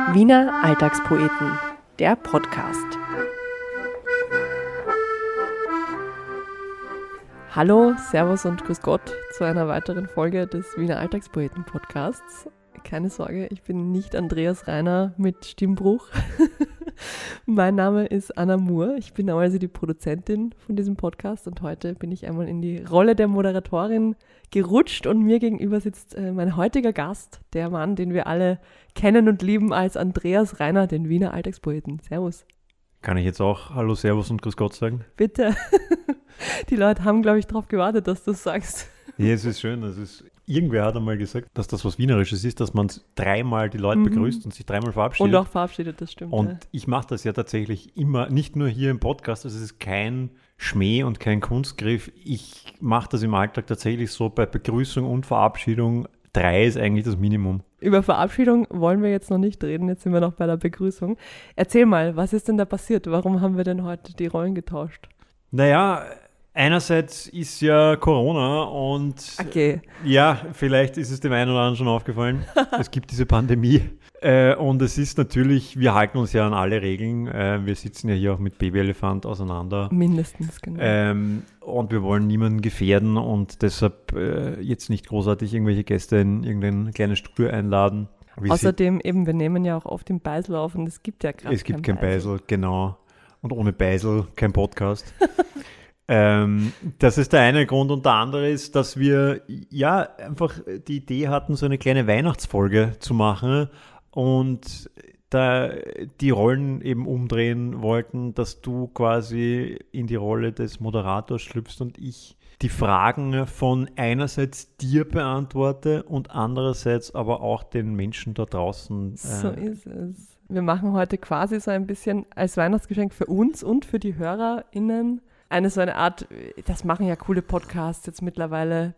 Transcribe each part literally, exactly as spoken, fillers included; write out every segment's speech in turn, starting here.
Wiener Alltagspoeten, der Podcast. Hallo, Servus und Grüß Gott zu einer weiteren Folge des Wiener Alltagspoeten Podcasts. Keine Sorge, ich bin nicht Andreas Reiner mit Stimmbruch. Mein Name ist Anna Moore. Ich bin also die Produzentin von diesem Podcast und heute bin ich einmal in die Rolle der Moderatorin gerutscht und mir gegenüber sitzt äh, mein heutiger Gast, der Mann, den wir alle kennen und lieben als Andreas Reiner, den Wiener Alltagspoeten. Servus. Kann ich jetzt auch Hallo, Servus und Grüß Gott sagen? Bitte. Die Leute haben, glaube ich, darauf gewartet, dass du es sagst. Ja, es ist schön. Es ist, irgendwer hat einmal gesagt, dass das was Wienerisches ist, dass man dreimal die Leute mhm. begrüßt und sich dreimal verabschiedet. Und auch verabschiedet, das stimmt. Und ja. ich mache das ja tatsächlich immer, nicht nur hier im Podcast, also es ist kein Schmäh und kein Kunstgriff. Ich mache das im Alltag tatsächlich so bei Begrüßung und Verabschiedung. Drei ist eigentlich das Minimum. Über Verabschiedung wollen wir jetzt noch nicht reden, jetzt sind wir noch bei der Begrüßung. Erzähl mal, was ist denn da passiert? Warum haben wir denn heute die Rollen getauscht? Naja, einerseits ist ja Corona und okay. ja, vielleicht ist es dem einen oder anderen schon aufgefallen. Es gibt diese Pandemie äh, und es ist natürlich, wir halten uns ja an alle Regeln. Äh, wir sitzen ja hier auch mit Babyelefant auseinander. Mindestens, genau. Ähm, und wir wollen niemanden gefährden und deshalb äh, jetzt nicht großartig irgendwelche Gäste in irgendein kleines Studio einladen. Wir Außerdem sind, eben, wir nehmen ja auch oft den Beisel auf und es gibt ja gerade Es gibt kein Beisel, Beisel, genau. Und ohne Beisel kein Podcast. Ähm, das ist der eine Grund und der andere ist, dass wir ja einfach die Idee hatten, so eine kleine Weihnachtsfolge zu machen und da die Rollen eben umdrehen wollten, dass du quasi in die Rolle des Moderators schlüpfst und ich die Fragen von einerseits dir beantworte und andererseits aber auch den Menschen da draußen. Äh, so ist es. Wir machen heute quasi so ein bisschen als Weihnachtsgeschenk für uns und für die HörerInnen eine so eine Art, das machen ja coole Podcasts jetzt mittlerweile,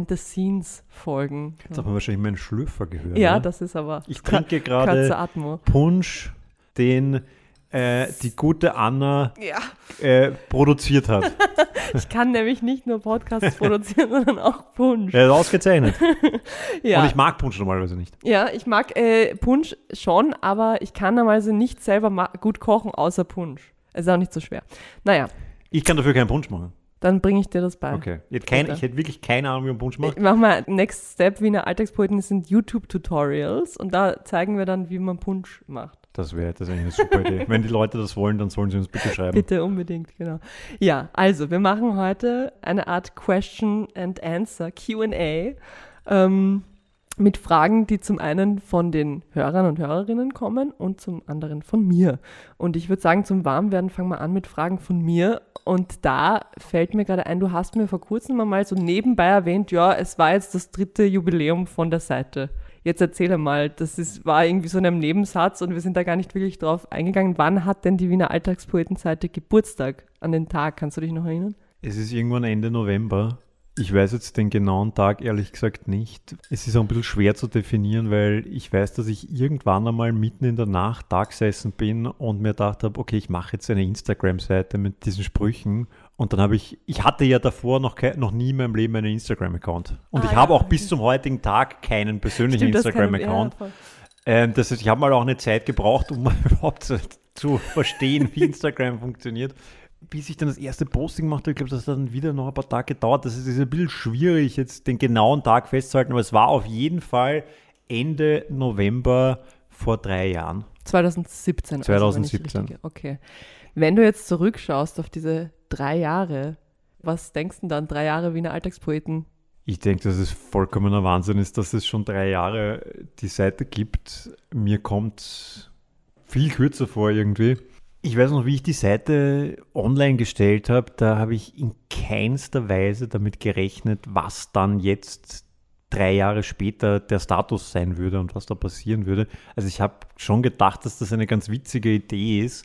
Behind-the-Scenes-Folgen. Jetzt haben wir wahrscheinlich meinen Schlürfer gehört. Ja, oder? Das ist aber Ich trinke gerade Punsch, den äh, die gute Anna ja. äh, produziert hat. Ich kann nämlich nicht nur Podcasts produzieren, sondern auch Punsch. Ja, ausgezeichnet. Ja. Und ich mag Punsch normalerweise nicht. Ja, ich mag äh, Punsch schon, aber ich kann normalerweise nicht selber ma- gut kochen, außer Punsch. Es ist auch nicht so schwer. Naja. Ich kann dafür keinen Punsch machen. Dann bringe ich dir das bei. Okay. Ich hätte, kein, ich hätte wirklich keine Ahnung, wie man Punsch macht. Ich mach mal, Next Step Wiener Alltagspoeten sind YouTube-Tutorials und da zeigen wir dann, wie man Punsch macht. Das wäre das eigentlich eine super Idee. Wenn die Leute das wollen, dann sollen sie uns bitte schreiben. Bitte, unbedingt, genau. Ja, also wir machen heute eine Art Question and Answer, Q and A, ähm, mit Fragen, die zum einen von den Hörern und Hörerinnen kommen und zum anderen von mir. Und ich würde sagen, zum Warmwerden fangen wir an mit Fragen von mir. Und da fällt mir gerade ein, du hast mir vor kurzem mal so nebenbei erwähnt, ja, es war jetzt das dritte Jubiläum von der Seite. Jetzt erzähl mal, das ist, war irgendwie so in einem Nebensatz und wir sind da gar nicht wirklich drauf eingegangen. Wann hat denn die Wiener Alltagspoetenseite Geburtstag an den Tag? Kannst du dich noch erinnern? Es ist irgendwann Ende November. Ich weiß jetzt den genauen Tag ehrlich gesagt nicht. Es ist auch ein bisschen schwer zu definieren, weil ich weiß, dass ich irgendwann einmal mitten in der Nacht da gesessen bin und mir gedacht habe, okay, ich mache jetzt eine Instagram-Seite mit diesen Sprüchen. Und dann habe ich, ich hatte ja davor noch, ke- noch nie in meinem Leben einen Instagram-Account. Und ah, ich ja. habe auch bis zum heutigen Tag keinen persönlichen Stimmt, Instagram-Account. Kann, ja, ähm, das heißt, ich habe mal auch eine Zeit gebraucht, um überhaupt zu, zu verstehen, wie Instagram funktioniert. Bis ich dann das erste Posting machte, ich glaube, das hat dann wieder noch ein paar Tage gedauert. Das ist ein bisschen schwierig, jetzt den genauen Tag festzuhalten, aber es war auf jeden Fall Ende November vor drei Jahren. zwanzig siebzehn. zwanzig siebzehn. Also okay. Wenn du jetzt zurückschaust auf diese drei Jahre, was denkst du dann, drei Jahre Wiener Alltagspoeten? Ich denke, dass es vollkommener Wahnsinn ist, dass es schon drei Jahre die Seite gibt. Mir kommt viel kürzer vor irgendwie. Ich weiß noch, wie ich die Seite online gestellt habe, da habe ich in keinster Weise damit gerechnet, was dann jetzt drei Jahre später der Status sein würde und was da passieren würde. Also ich habe schon gedacht, dass das eine ganz witzige Idee ist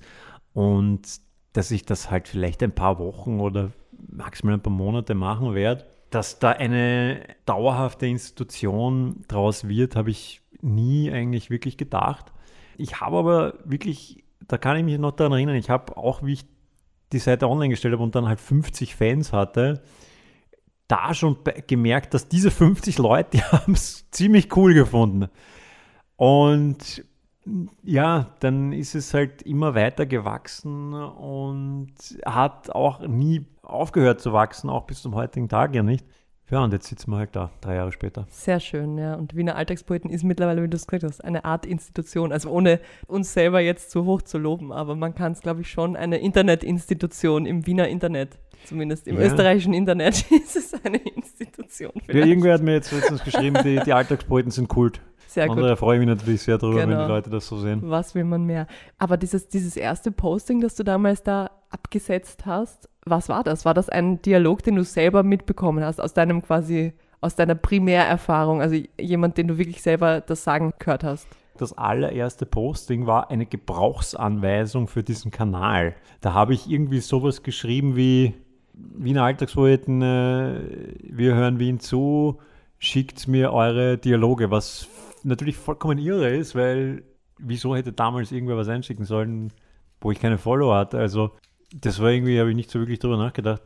und dass ich das halt vielleicht ein paar Wochen oder maximal ein paar Monate machen werde. Dass da eine dauerhafte Institution draus wird, habe ich nie eigentlich wirklich gedacht. Ich habe aber wirklich... Da kann ich mich noch daran erinnern, ich habe auch, wie ich die Seite online gestellt habe und dann halt fünfzig Fans hatte, da schon gemerkt, dass diese fünfzig Leute, die haben es ziemlich cool gefunden. Und ja, dann ist es halt immer weiter gewachsen und hat auch nie aufgehört zu wachsen, auch bis zum heutigen Tag ja nicht. Ja, und jetzt sitzen wir halt da, drei Jahre später. Sehr schön, ja. Und Wiener Alltagspoeten ist mittlerweile, wie du es gesagt hast, eine Art Institution. Also ohne uns selber jetzt zu hoch zu loben, aber man kann es, glaube ich, schon eine Internetinstitution im Wiener Internet, zumindest im ja. österreichischen Internet, ist es eine Institution. Ja, irgendwer hat mir jetzt letztens geschrieben, die, die Alltagspoeten sind Kult. Sehr gut. Und da freue ich mich natürlich sehr drüber, genau. wenn die Leute das so sehen. Was will man mehr? Aber dieses, dieses erste Posting, das du damals da abgesetzt hast, was war das? War das ein Dialog, den du selber mitbekommen hast, aus deinem quasi, aus deiner Primärerfahrung, also jemand, den du wirklich selber das Sagen gehört hast? Das allererste Posting war eine Gebrauchsanweisung für diesen Kanal. Da habe ich irgendwie sowas geschrieben wie Wiener Alltagspoeten, äh, wir hören Wien zu, schickt mir eure Dialoge, was natürlich vollkommen irre ist, weil wieso hätte damals irgendwer was einschicken sollen, wo ich keine Follower hatte? Also das war irgendwie, habe ich nicht so wirklich drüber nachgedacht.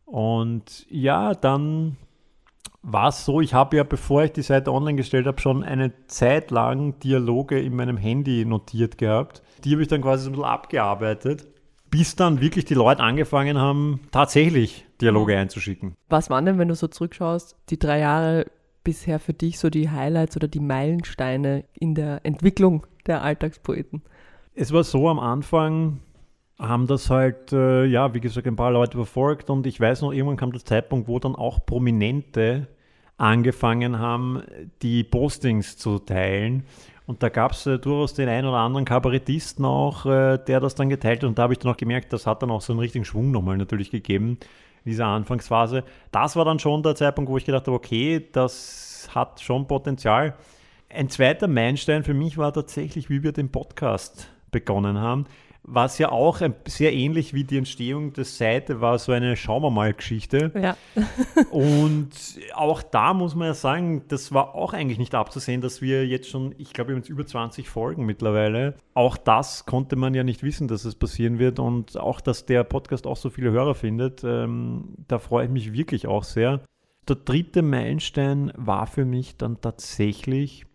Und ja, dann war es so, ich habe ja, bevor ich die Seite online gestellt habe, schon eine Zeit lang Dialoge in meinem Handy notiert gehabt. Die habe ich dann quasi so ein bisschen abgearbeitet, bis dann wirklich die Leute angefangen haben, tatsächlich Dialoge einzuschicken. Was waren denn, wenn du so zurückschaust, die drei Jahre bisher für dich so die Highlights oder die Meilensteine in der Entwicklung der Alltagspoeten? Es war so, am Anfang haben das halt, äh, ja, wie gesagt, ein paar Leute verfolgt und ich weiß noch, irgendwann kam der Zeitpunkt, wo dann auch Prominente angefangen haben, die Postings zu teilen. Und da gab es äh, durchaus den einen oder anderen Kabarettisten auch, äh, der das dann geteilt hat. Und da habe ich dann auch gemerkt, das hat dann auch so einen richtigen Schwung nochmal natürlich gegeben, dieser Anfangsphase. Das war dann schon der Zeitpunkt, wo ich gedacht habe, okay, das hat schon Potenzial. Ein zweiter Meilenstein für mich war tatsächlich, wie wir den Podcast begonnen haben, was ja auch ein, sehr ähnlich wie die Entstehung der Seite war, so eine Schauen wir mal Geschichte. Ja. Und auch da muss man ja sagen, das war auch eigentlich nicht abzusehen, dass wir jetzt schon, ich glaube, wir haben jetzt über zwanzig Folgen mittlerweile. Auch das konnte man ja nicht wissen, dass es passieren wird und auch, dass der Podcast auch so viele Hörer findet, ähm, da freue ich mich wirklich auch sehr. Der dritte Meilenstein war für mich dann tatsächlich,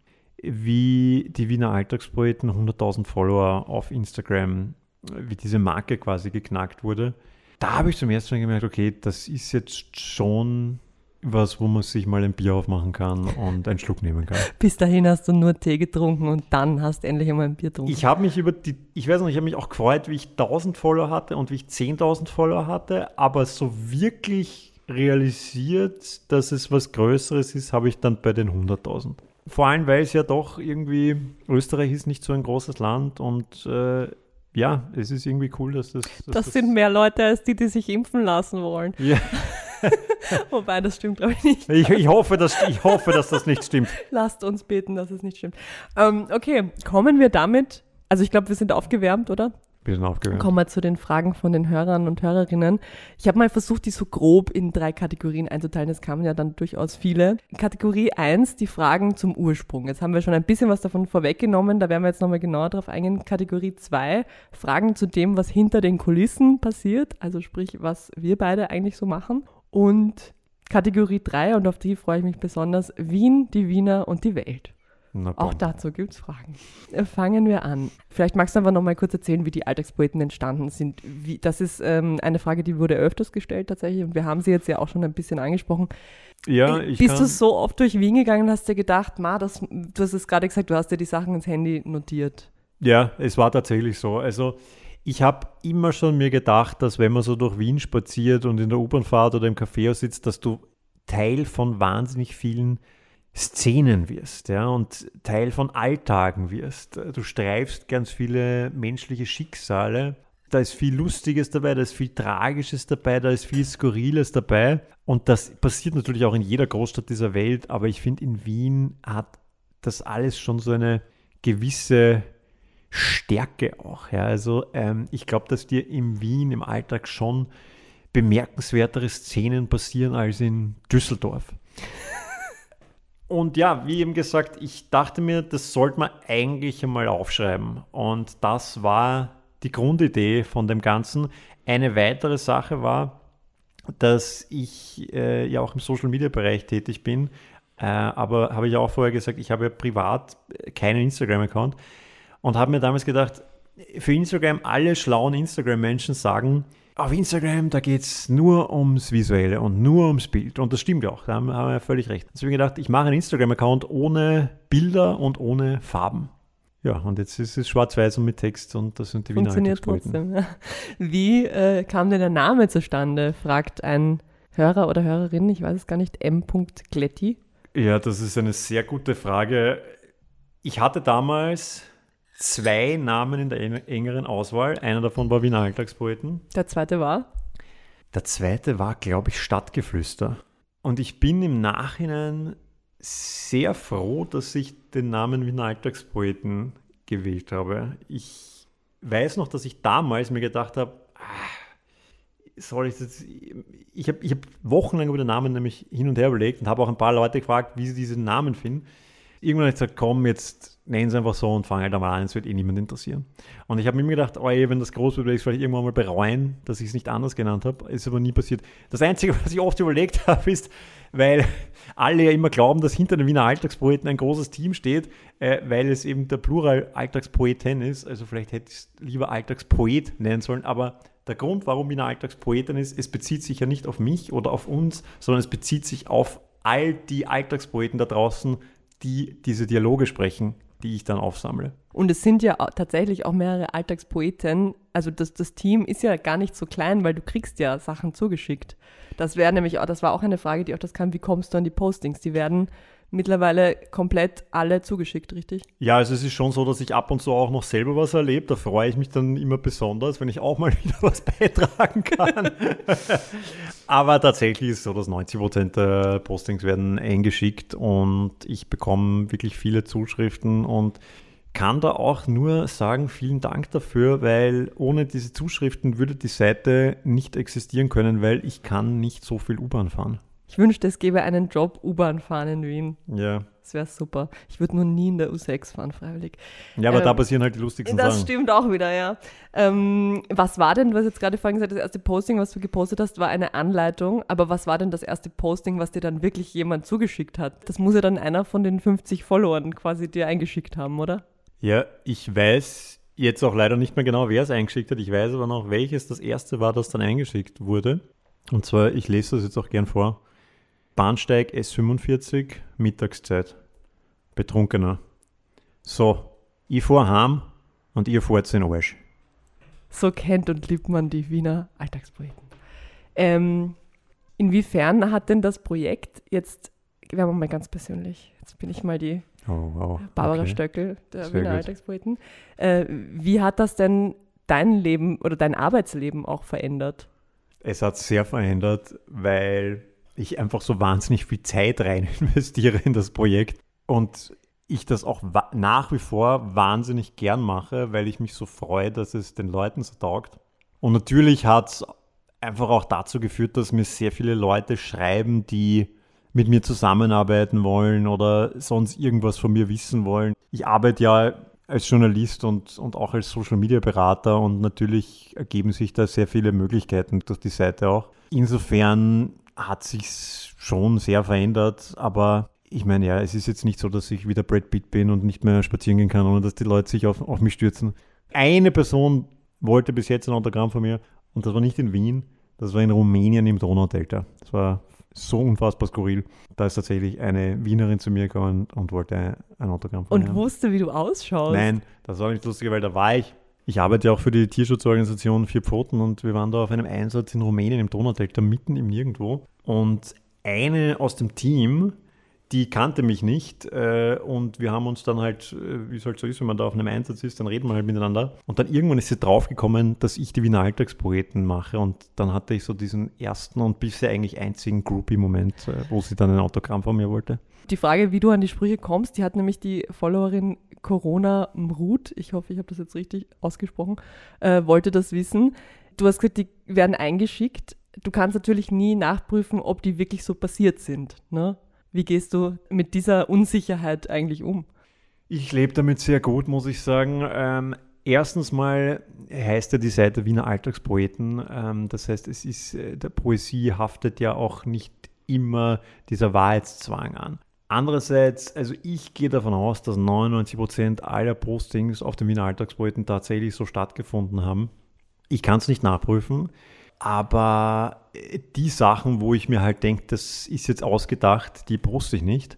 wie die Wiener Alltagspoeten hunderttausend Follower auf Instagram, wie diese Marke quasi geknackt wurde. Da habe ich zum ersten Mal gemerkt, okay, das ist jetzt schon was, wo man sich mal ein Bier aufmachen kann und einen Schluck nehmen kann. Bis dahin hast du nur Tee getrunken und dann hast du endlich einmal ein Bier getrunken. Ich habe mich über die, ich weiß nicht, ich habe mich auch gefreut, wie ich tausend Follower hatte und wie ich zehntausend Follower hatte, aber so wirklich realisiert, dass es was Größeres ist, habe ich dann bei den hunderttausend. Vor allem, weil es ja doch irgendwie, Österreich ist nicht so ein großes Land und äh, ja, es ist irgendwie cool, dass das... Dass das, das sind mehr Leute als die, die sich impfen lassen wollen. Ja. Wobei, das stimmt, glaube ich, nicht. Ich, ich, hoffe, dass, ich hoffe, dass das nicht stimmt. Lasst uns beten, dass es nicht stimmt. Ähm, okay, kommen wir damit, also ich glaube, wir sind aufgewärmt, oder? Wir sind aufgewärmt. Kommen wir zu den Fragen von den Hörern und Hörerinnen. Ich habe mal versucht, die so grob in drei Kategorien einzuteilen. Es kamen ja dann durchaus viele. Kategorie eins, die Fragen zum Ursprung. Jetzt haben wir schon ein bisschen was davon vorweggenommen. Da werden wir jetzt nochmal genauer drauf eingehen. Kategorie zwei, Fragen zu dem, was hinter den Kulissen passiert. Also sprich, was wir beide eigentlich so machen. Und Kategorie drei, und auf die freue ich mich besonders, Wien, die Wiener und die Welt. Auch dazu gibt es Fragen. Fangen wir an. Vielleicht magst du einfach noch mal kurz erzählen, wie die Alltagspoeten entstanden sind. Wie, das ist ähm, eine Frage, die wurde öfters gestellt tatsächlich und wir haben sie jetzt ja auch schon ein bisschen angesprochen. Ja, ich Bist kann... du so oft durch Wien gegangen und hast dir gedacht, Ma, das, du hast es gerade gesagt, du hast dir die Sachen ins Handy notiert. Ja, es war tatsächlich so. Also ich habe immer schon mir gedacht, dass wenn man so durch Wien spaziert und in der U-Bahn fährt oder im Kaffeehaus sitzt, dass du Teil von wahnsinnig vielen Szenen wirst, ja, und Teil von Alltagen wirst. Du streifst ganz viele menschliche Schicksale. Da ist viel Lustiges dabei, da ist viel Tragisches dabei, da ist viel Skurriles dabei. Und das passiert natürlich auch in jeder Großstadt dieser Welt, aber ich finde, in Wien hat das alles schon so eine gewisse Stärke auch. Ja. Also ähm, ich glaube, dass dir in Wien im Alltag schon bemerkenswertere Szenen passieren als in Düsseldorf. Und ja, wie eben gesagt, ich dachte mir, das sollte man eigentlich einmal aufschreiben. Und das war die Grundidee von dem Ganzen. Eine weitere Sache war, dass ich äh, ja auch im Social-Media-Bereich tätig bin. Äh, aber habe ich auch vorher gesagt, ich habe ja privat keinen Instagram-Account. und habe mir damals gedacht, für Instagram, alle schlauen Instagram-Menschen sagen, auf Instagram, da geht es nur ums Visuelle und nur ums Bild. Und das stimmt ja auch, da haben, haben wir völlig recht. Deswegen gedacht, ich mache einen Instagram-Account ohne Bilder und ohne Farben. Ja, und jetzt ist es schwarz-weiß und mit Text und das sind die Wiener Alltagspoeten. Funktioniert trotzdem, ja. Wie äh, kam denn der Name zustande, fragt ein Hörer oder Hörerin, ich weiß es gar nicht, M. Gletti. Ja, das ist eine sehr gute Frage. Ich hatte damals zwei Namen in der engeren Auswahl. Einer davon war Wiener Alltagspoeten. Der zweite war? Der zweite war, glaube ich, Stadtgeflüster. Und ich bin im Nachhinein sehr froh, dass ich den Namen Wiener Alltagspoeten gewählt habe. Ich weiß noch, dass ich damals mir gedacht habe, soll ich das? Ich habe ich hab wochenlang über den Namen nämlich hin und her überlegt und habe auch ein paar Leute gefragt, wie sie diesen Namen finden. Irgendwann habe ich gesagt, komm, jetzt nennen sie einfach so und fange halt einmal an, es wird eh niemand interessieren. Und ich habe mir immer gedacht, oh ey, wenn das groß wird, werde ich es vielleicht irgendwann mal bereuen, dass ich es nicht anders genannt habe. Ist aber nie passiert. Das Einzige, was ich oft überlegt habe, ist, weil alle ja immer glauben, dass hinter den Wiener Alltagspoeten ein großes Team steht, äh, weil es eben der Plural Alltagspoeten ist. Also vielleicht hätte ich es lieber Alltagspoet nennen sollen, aber der Grund, warum Wiener Alltagspoeten ist, es bezieht sich ja nicht auf mich oder auf uns, sondern es bezieht sich auf all die Alltagspoeten da draußen, die diese Dialoge sprechen, die ich dann aufsammle. Und es sind ja tatsächlich auch mehrere Alltagspoeten. Also das, das Team ist ja gar nicht so klein, weil du kriegst ja Sachen zugeschickt. Das wäre nämlich auch, das war auch eine Frage, die auch das kam, wie kommst du an die Postings? Die werden mittlerweile komplett alle zugeschickt, richtig? Ja, also es ist schon so, dass ich ab und zu auch noch selber was erlebe. Da freue ich mich dann immer besonders, wenn ich auch mal wieder was beitragen kann. Aber tatsächlich ist es so, dass neunzig Prozent der Postings werden eingeschickt und ich bekomme wirklich viele Zuschriften und kann da auch nur sagen, vielen Dank dafür, weil ohne diese Zuschriften würde die Seite nicht existieren können, weil ich kann nicht so viel U-Bahn fahren. Ich wünschte, es gäbe einen Job U-Bahn fahren in Wien. Ja. Das wäre super. Ich würde nur nie in der U sechs fahren, freiwillig. Ja, aber ähm, da passieren halt die lustigsten das Sachen. Das stimmt auch wieder, ja. Ähm, was war denn, du hast jetzt gerade vorhin gesagt, das erste Posting, was du gepostet hast, war eine Anleitung. Aber was war denn das erste Posting, was dir dann wirklich jemand zugeschickt hat? Das muss ja dann einer von den fünfzig Followern quasi dir eingeschickt haben, oder? Ja, ich weiß jetzt auch leider nicht mehr genau, wer es eingeschickt hat. Ich weiß aber noch, welches das erste war, das dann eingeschickt wurde. Und zwar, ich lese das jetzt auch gern vor. Bahnsteig S fünfundvierzig, Mittagszeit. Betrunkener. So, ich fahr heim und ihr fahrt in den Arsch. So kennt und liebt man die Wiener Alltagspoeten. Ähm, inwiefern hat denn das Projekt jetzt, werden wir mal ganz persönlich, jetzt bin ich mal die oh, wow. Barbara okay. Stöckel, der Sehr Wiener gut. Alltagspoeten. Äh, wie hat das denn dein Leben oder dein Arbeitsleben auch verändert? Es hat sehr verändert, weil ich einfach so wahnsinnig viel Zeit rein investiere in das Projekt und ich das auch wa- nach wie vor wahnsinnig gern mache, weil ich mich so freue, dass es den Leuten so taugt. Und natürlich hat es einfach auch dazu geführt, dass mir sehr viele Leute schreiben, die mit mir zusammenarbeiten wollen oder sonst irgendwas von mir wissen wollen. Ich arbeite ja als Journalist und, und auch als Social-Media-Berater und natürlich ergeben sich da sehr viele Möglichkeiten durch die Seite auch. Insofern hat sich schon sehr verändert, aber ich meine, ja, es ist jetzt nicht so, dass ich wieder Brad Pitt bin und nicht mehr spazieren gehen kann, ohne dass die Leute sich auf, auf mich stürzen. Eine Person wollte bis jetzt ein Autogramm von mir und das war nicht in Wien, das war in Rumänien im Donaudelta. Das war so unfassbar skurril. Da ist tatsächlich eine Wienerin zu mir gekommen und wollte ein Autogramm von Und mir haben. wusste, wie du ausschaust? Nein, das war nicht lustig, weil da war ich. Ich arbeite ja auch für die Tierschutzorganisation Vier Pfoten und wir waren da auf einem Einsatz in Rumänien im Donaudelta, mitten im Nirgendwo. Und eine aus dem Team, die kannte mich nicht äh, und wir haben uns dann halt, äh, wie es halt so ist, wenn man da auf einem Einsatz ist, dann reden wir halt miteinander. Und dann irgendwann ist sie draufgekommen, dass ich die Wiener Alltagspoeten mache und dann hatte ich so diesen ersten und bisher eigentlich einzigen Groupie-Moment, äh, wo sie dann ein Autogramm von mir wollte. Die Frage, wie du an die Sprüche kommst, die hat nämlich die Followerin Corona Mrut, ich hoffe, ich habe das jetzt richtig ausgesprochen, äh, wollte das wissen. Du hast gesagt, die werden eingeschickt. Du kannst natürlich nie nachprüfen, ob die wirklich so passiert sind, ne? Wie gehst du mit dieser Unsicherheit eigentlich um? Ich lebe damit sehr gut, muss ich sagen. Ähm, erstens mal heißt ja die Seite Wiener Alltagspoeten. Ähm, das heißt, es ist, der Poesie haftet ja auch nicht immer dieser Wahrheitszwang an. Andererseits, also ich gehe davon aus, dass neunundneunzig Prozent aller Postings auf den Wiener Alltagspoeten tatsächlich so stattgefunden haben. Ich kann es nicht nachprüfen, aber die Sachen, wo ich mir halt denke, das ist jetzt ausgedacht, die poste ich nicht.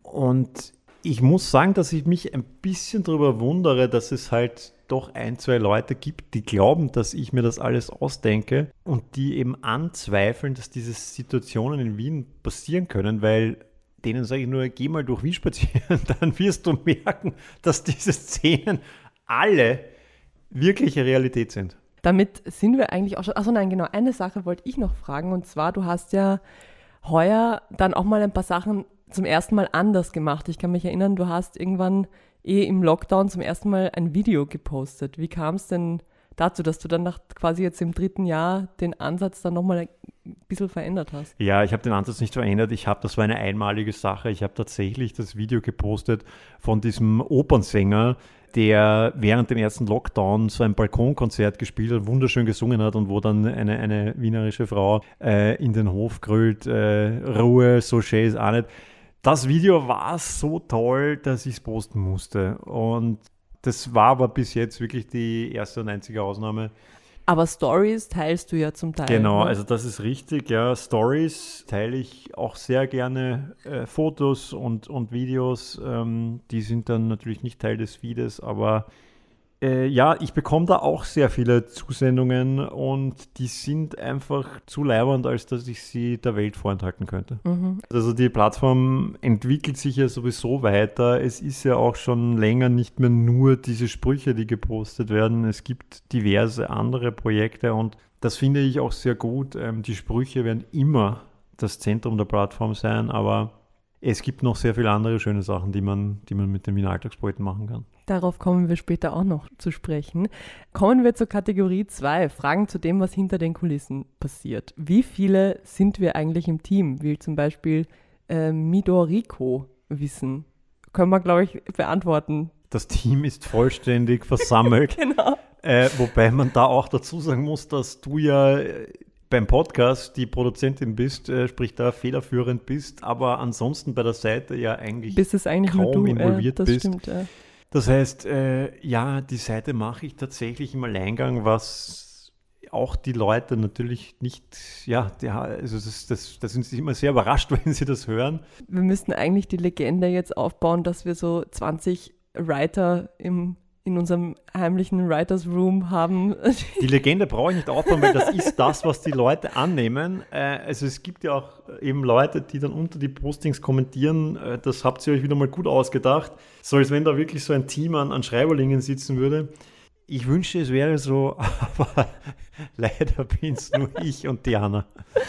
Und ich muss sagen, dass ich mich ein bisschen darüber wundere, dass es halt doch ein, zwei Leute gibt, die glauben, dass ich mir das alles ausdenke und die eben anzweifeln, dass diese Situationen in Wien passieren können, weil denen sage ich nur, geh mal durch Wien spazieren, dann wirst du merken, dass diese Szenen alle wirkliche Realität sind. Damit sind wir eigentlich auch schon, achso nein, genau, eine Sache wollte ich noch fragen, und zwar, du hast ja heuer dann auch mal ein paar Sachen zum ersten Mal anders gemacht. Ich kann mich erinnern, du hast irgendwann eh im Lockdown zum ersten Mal ein Video gepostet. Wie kam es denn dazu, dass du dann nach quasi jetzt im dritten Jahr den Ansatz dann nochmal ein bisschen verändert hast? Ja, ich habe den Ansatz nicht verändert. Ich habe, das war eine einmalige Sache. Ich habe tatsächlich das Video gepostet von diesem Opernsänger, der während dem ersten Lockdown so ein Balkonkonzert gespielt hat, wunderschön gesungen hat und wo dann eine, eine wienerische Frau äh, in den Hof grölt, äh, Ruhe, so schön ist auch nicht. Das Video war so toll, dass ich es posten musste. Und das war aber bis jetzt wirklich die erste und einzige Ausnahme. Aber Stories teilst du ja zum Teil. Genau, ne? also das ist richtig. Ja, Stories teile ich auch sehr gerne. Äh, Fotos und, und Videos, ähm, die sind dann natürlich nicht Teil des Feedes, aber äh, ja, ich bekomme da auch sehr viele Zusendungen und die sind einfach zu leibernd, als dass ich sie der Welt vorenthalten könnte. Mhm. Also die Plattform entwickelt sich ja sowieso weiter. Es ist ja auch schon länger nicht mehr nur diese Sprüche, die gepostet werden. Es gibt diverse andere Projekte und das finde ich auch sehr gut. Ähm, die Sprüche werden immer das Zentrum der Plattform sein, aber es gibt noch sehr viele andere schöne Sachen, die man, die man mit den Wiener Alltagspoeten machen kann. Darauf kommen wir später auch noch zu sprechen. Kommen wir zur Kategorie zwei, Fragen zu dem, was hinter den Kulissen passiert. Wie viele sind wir eigentlich im Team? Will zum Beispiel äh, Midoriko wissen. Können wir, glaube ich, beantworten. Das Team ist vollständig versammelt. Genau. Äh, wobei man da auch dazu sagen muss, dass du ja beim Podcast die Produzentin bist, äh, sprich da federführend bist, aber ansonsten bei der Seite ja eigentlich, Bist es eigentlich kaum nur du, involviert äh, das bist. Stimmt, äh. Das heißt, äh, ja, die Seite mache ich tatsächlich im Alleingang, was auch die Leute natürlich nicht, ja, die, also das, das, das sind sie immer sehr überrascht, wenn sie das hören. Wir müssten eigentlich die Legende jetzt aufbauen, dass wir so zwanzig Writer im in unserem heimlichen Writers Room haben. Die Legende brauche ich nicht aufbauen, weil das ist das, was die Leute annehmen. Äh, also es gibt ja auch eben Leute, die dann unter die Postings kommentieren, äh, das habt ihr euch wieder mal gut ausgedacht, so als wenn da wirklich so ein Team an, an Schreiberlingen sitzen würde. Ich wünschte, es wäre so, aber leider bin es nur ich und Diana.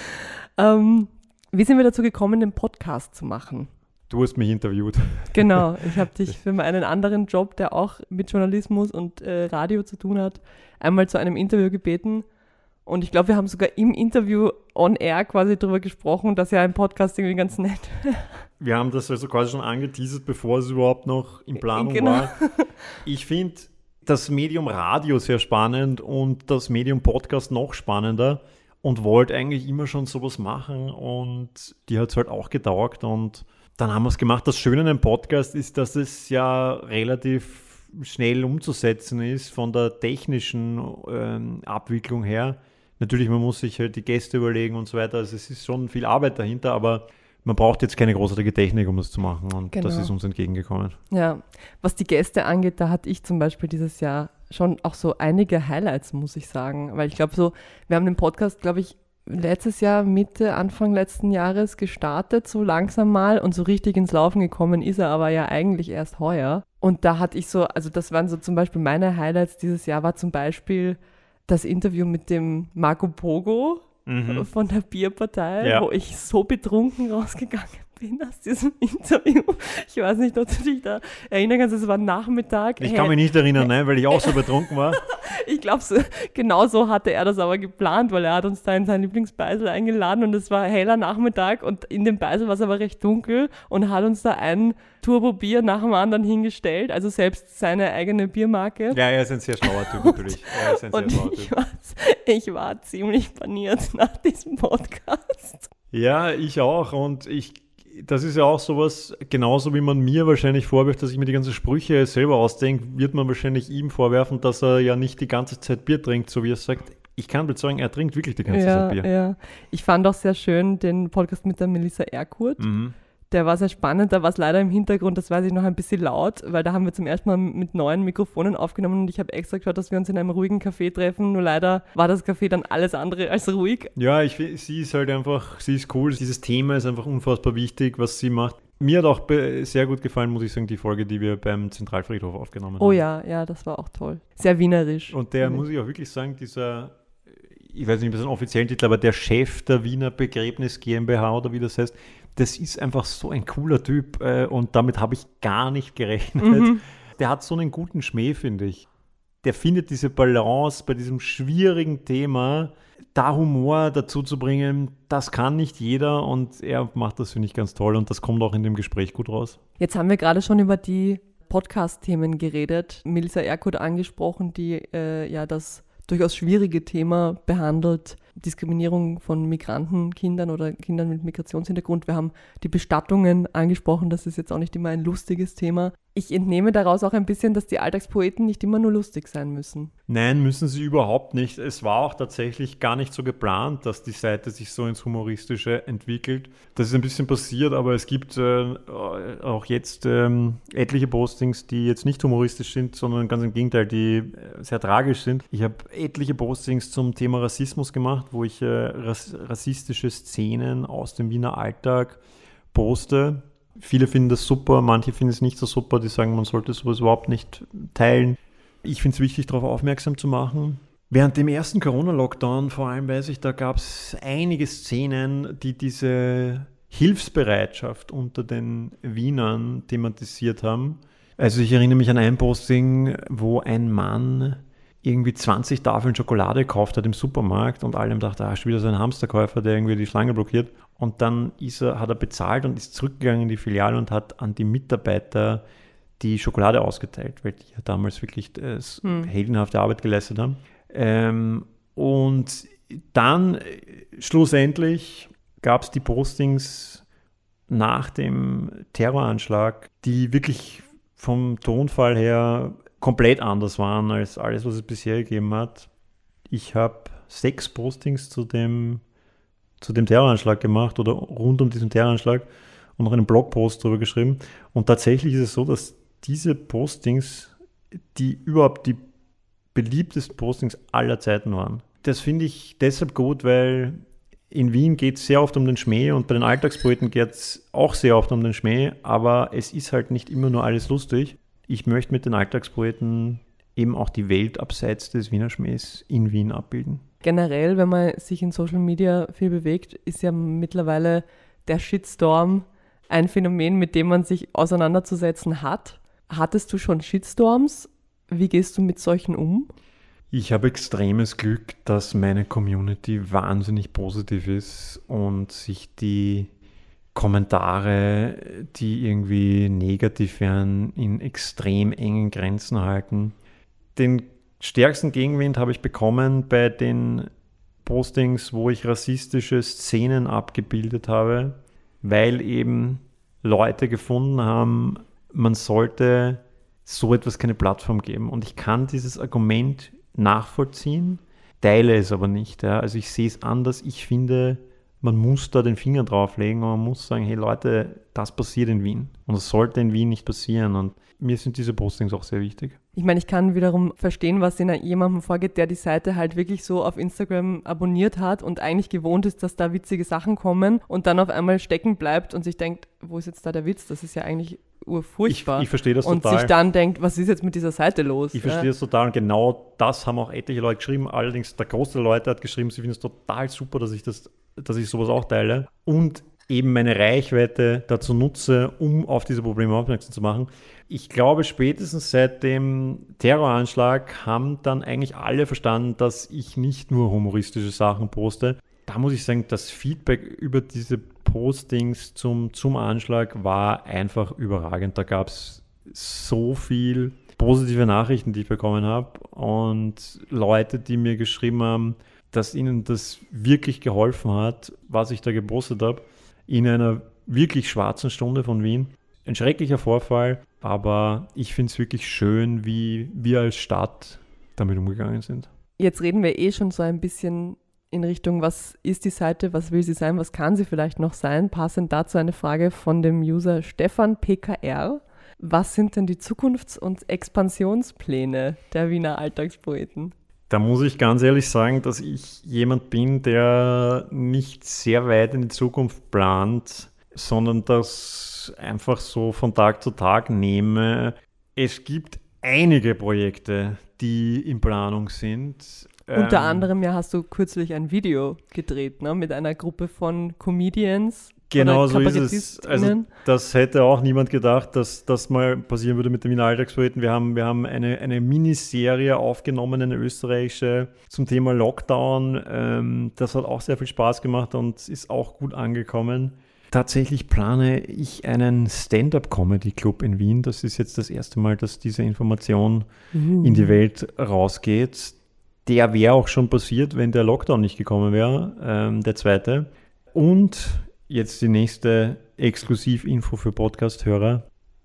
Ähm, wie sind wir dazu gekommen, den Podcast zu machen? Du hast mich interviewt. Genau, ich habe dich für meinen anderen Job, der auch mit Journalismus und äh, Radio zu tun hat, einmal zu einem Interview gebeten. Und ich glaube, wir haben sogar im Interview on air quasi darüber gesprochen, dass ja ein Podcast irgendwie ganz nett wäre. Wir haben das also quasi schon angeteasert, bevor es überhaupt noch in Planung Genau. war. Ich finde das Medium Radio sehr spannend und das Medium Podcast noch spannender und wollte eigentlich immer schon sowas machen und die hat es halt auch getaugt und dann haben wir es gemacht. Das Schöne an einem Podcast ist, dass es ja relativ schnell umzusetzen ist von der technischen ähm, Abwicklung her. Natürlich, man muss sich halt die Gäste überlegen und so weiter. Also es ist schon viel Arbeit dahinter, aber man braucht jetzt keine großartige Technik, um das zu machen. Und Genau. das ist uns entgegengekommen. Ja, was die Gäste angeht, da hatte ich zum Beispiel dieses Jahr schon auch so einige Highlights, muss ich sagen. Weil ich glaube so, wir haben den Podcast, glaube ich, letztes Jahr, Mitte, Anfang letzten Jahres gestartet, so langsam mal, und so richtig ins Laufen gekommen ist er aber ja eigentlich erst heuer. Und da hatte ich so, also das waren so zum Beispiel meine Highlights dieses Jahr, war zum Beispiel das Interview mit dem Marco Pogo Mhm. von der Bierpartei, Ja. wo ich so betrunken rausgegangen bin aus diesem Interview. Ich weiß nicht, ob du dich da erinnern kannst, es war Nachmittag. Ich kann mich nicht erinnern, nein, weil ich auch so betrunken war. Ich glaube, so, genau so hatte er das aber geplant, weil er hat uns da in sein Lieblingsbeisel eingeladen und es war heller Nachmittag und in dem Beisel war es aber recht dunkel und hat uns da ein Turbo-Bier nach dem anderen hingestellt, also selbst seine eigene Biermarke. Ja, er ist ein sehr schlauer Typ natürlich. Er ist ein sehr Und schlauer ich Typ. war, ich war ziemlich paniert nach diesem Podcast. Ja, ich auch und ich das ist ja auch sowas, genauso wie man mir wahrscheinlich vorwirft, dass ich mir die ganzen Sprüche selber ausdenke, wird man wahrscheinlich ihm vorwerfen, dass er ja nicht die ganze Zeit Bier trinkt, so wie er sagt. Ich kann bezeugen, er trinkt wirklich die ganze ja, Zeit Bier. Ja. Ich fand auch sehr schön den Podcast mit der Melissa Erkurt. Mhm. Der war sehr spannend, da war es leider im Hintergrund, das weiß ich noch, ein bisschen laut, weil da haben wir zum ersten Mal mit neuen Mikrofonen aufgenommen und ich habe extra geschaut, dass wir uns in einem ruhigen Café treffen, nur leider war das Café dann alles andere als ruhig. Ja, ich, sie ist halt einfach, sie ist cool, dieses Thema ist einfach unfassbar wichtig, was sie macht. Mir hat auch be- sehr gut gefallen, muss ich sagen, die Folge, die wir beim Zentralfriedhof aufgenommen haben. Oh ja, ja, das war auch toll. Sehr wienerisch. Und der, muss ich auch wirklich sagen, dieser, ich weiß nicht, ob das einen offiziellen Titel, aber der Chef der Wiener Begräbnis GmbH oder wie das heißt, das ist einfach so ein cooler Typ äh, und damit habe ich gar nicht gerechnet. Mhm. Der hat so einen guten Schmäh, finde ich. Der findet diese Balance bei diesem schwierigen Thema, da Humor dazu zu bringen, das kann nicht jeder und er macht das, finde ich, ganz toll und das kommt auch in dem Gespräch gut raus. Jetzt haben wir gerade schon über die Podcast-Themen geredet. Melissa Erkurt angesprochen, die äh, ja das durchaus schwierige Thema behandelt, Diskriminierung von Migrantenkindern oder Kindern mit Migrationshintergrund. Wir haben die Bestattungen angesprochen, das ist jetzt auch nicht immer ein lustiges Thema. Ich entnehme daraus auch ein bisschen, dass die Alltagspoeten nicht immer nur lustig sein müssen. Nein, müssen sie überhaupt nicht. Es war auch tatsächlich gar nicht so geplant, dass die Seite sich so ins Humoristische entwickelt. Das ist ein bisschen passiert, aber es gibt äh, auch jetzt ähm, etliche Postings, die jetzt nicht humoristisch sind, sondern ganz im Gegenteil, die äh, sehr tragisch sind. Ich habe etliche Postings zum Thema Rassismus gemacht, wo ich äh, rass- rassistische Szenen aus dem Wiener Alltag poste. Viele finden das super, manche finden es nicht so super, die sagen, man sollte sowas überhaupt nicht teilen. Ich finde es wichtig, darauf aufmerksam zu machen. Während dem ersten Corona-Lockdown, vor allem weiß ich, da gab es einige Szenen, die diese Hilfsbereitschaft unter den Wienern thematisiert haben. Also ich erinnere mich an ein Posting, wo ein Mann irgendwie zwanzig Tafeln Schokolade gekauft hat im Supermarkt und alle haben gedacht, ah, schon wieder so ein Hamsterkäufer, der irgendwie die Schlange blockiert. Und dann ist er, hat er bezahlt und ist zurückgegangen in die Filiale und hat an die Mitarbeiter die Schokolade ausgeteilt, weil die ja damals wirklich äh, hm. heldenhafte Arbeit geleistet haben. Ähm, und dann äh, schlussendlich gab es die Postings nach dem Terroranschlag, die wirklich vom Tonfall her komplett anders waren als alles, was es bisher gegeben hat. Ich habe sechs Postings zu dem, zu dem Terroranschlag gemacht oder rund um diesen Terroranschlag und noch einen Blogpost darüber geschrieben. Und tatsächlich ist es so, dass diese Postings, die überhaupt die beliebtesten Postings aller Zeiten waren. Das finde ich deshalb gut, weil in Wien geht es sehr oft um den Schmäh und bei den Alltagspoeten geht es auch sehr oft um den Schmäh, aber es ist halt nicht immer nur alles lustig. Ich möchte mit den Alltagspoeten eben auch die Welt abseits des Wiener Schmähs in Wien abbilden. Generell, wenn man sich in Social Media viel bewegt, ist ja mittlerweile der Shitstorm ein Phänomen, mit dem man sich auseinanderzusetzen hat. Hattest du schon Shitstorms? Wie gehst du mit solchen um? Ich habe extremes Glück, dass meine Community wahnsinnig positiv ist und sich die Kommentare, die irgendwie negativ wären, in extrem engen Grenzen halten. Den stärksten Gegenwind habe ich bekommen bei den Postings, wo ich rassistische Szenen abgebildet habe, weil eben Leute gefunden haben, man sollte so etwas keine Plattform geben. Und ich kann dieses Argument nachvollziehen, teile es aber nicht. Ja. Also ich sehe es anders. Ich finde, man muss da den Finger drauflegen und man muss sagen, hey Leute, das passiert in Wien. Und das sollte in Wien nicht passieren. Und mir sind diese Postings auch sehr wichtig. Ich meine, ich kann wiederum verstehen, was in jemandem vorgeht, der die Seite halt wirklich so auf Instagram abonniert hat und eigentlich gewohnt ist, dass da witzige Sachen kommen und dann auf einmal stecken bleibt und sich denkt, wo ist jetzt da der Witz? Das ist ja eigentlich urfurchtbar. Ich, ich verstehe das und total. Und sich dann denkt, was ist jetzt mit dieser Seite los? Ich verstehe ja. das total und genau das haben auch etliche Leute geschrieben. Allerdings der Großteil der Leute hat geschrieben, sie finden es total super, dass ich, das, dass ich sowas auch teile und eben meine Reichweite dazu nutze, um auf diese Probleme aufmerksam zu machen. Ich glaube, spätestens seit dem Terroranschlag haben dann eigentlich alle verstanden, dass ich nicht nur humoristische Sachen poste. Da muss ich sagen, das Feedback über diese Postings zum, zum Anschlag war einfach überragend. Da gab es so viel positive Nachrichten, die ich bekommen habe und Leute, die mir geschrieben haben, dass ihnen das wirklich geholfen hat, was ich da gepostet habe, in einer wirklich schwarzen Stunde von Wien. Ein schrecklicher Vorfall, aber ich finde es wirklich schön, wie wir als Stadt damit umgegangen sind. Jetzt reden wir eh schon so ein bisschen in Richtung, was ist die Seite, was will sie sein, was kann sie vielleicht noch sein. Passend dazu eine Frage von dem User Stefan P K R. Was sind denn die Zukunfts- und Expansionspläne der Wiener Alltagspoeten? Da muss ich ganz ehrlich sagen, dass ich jemand bin, der nicht sehr weit in die Zukunft plant, sondern das einfach so von Tag zu Tag nehme. Es gibt einige Projekte, die in Planung sind. Unter ähm, anderem ja hast du kürzlich ein Video gedreht, ne, mit einer Gruppe von Comedians. Genau oder so ist es. Also das hätte auch niemand gedacht, dass das mal passieren würde mit den Wiener Alltagspoeten. Wir haben, wir haben eine, eine Miniserie aufgenommen, eine österreichische, zum Thema Lockdown. Ähm, das hat auch sehr viel Spaß gemacht und ist auch gut angekommen. Tatsächlich plane ich einen Stand-up-Comedy-Club in Wien. Das ist jetzt das erste Mal, dass diese Information uh. in die Welt rausgeht. Der wäre auch schon passiert, wenn der Lockdown nicht gekommen wäre, ähm, der zweite. Und jetzt die nächste Exklusivinfo für Podcast-Hörer.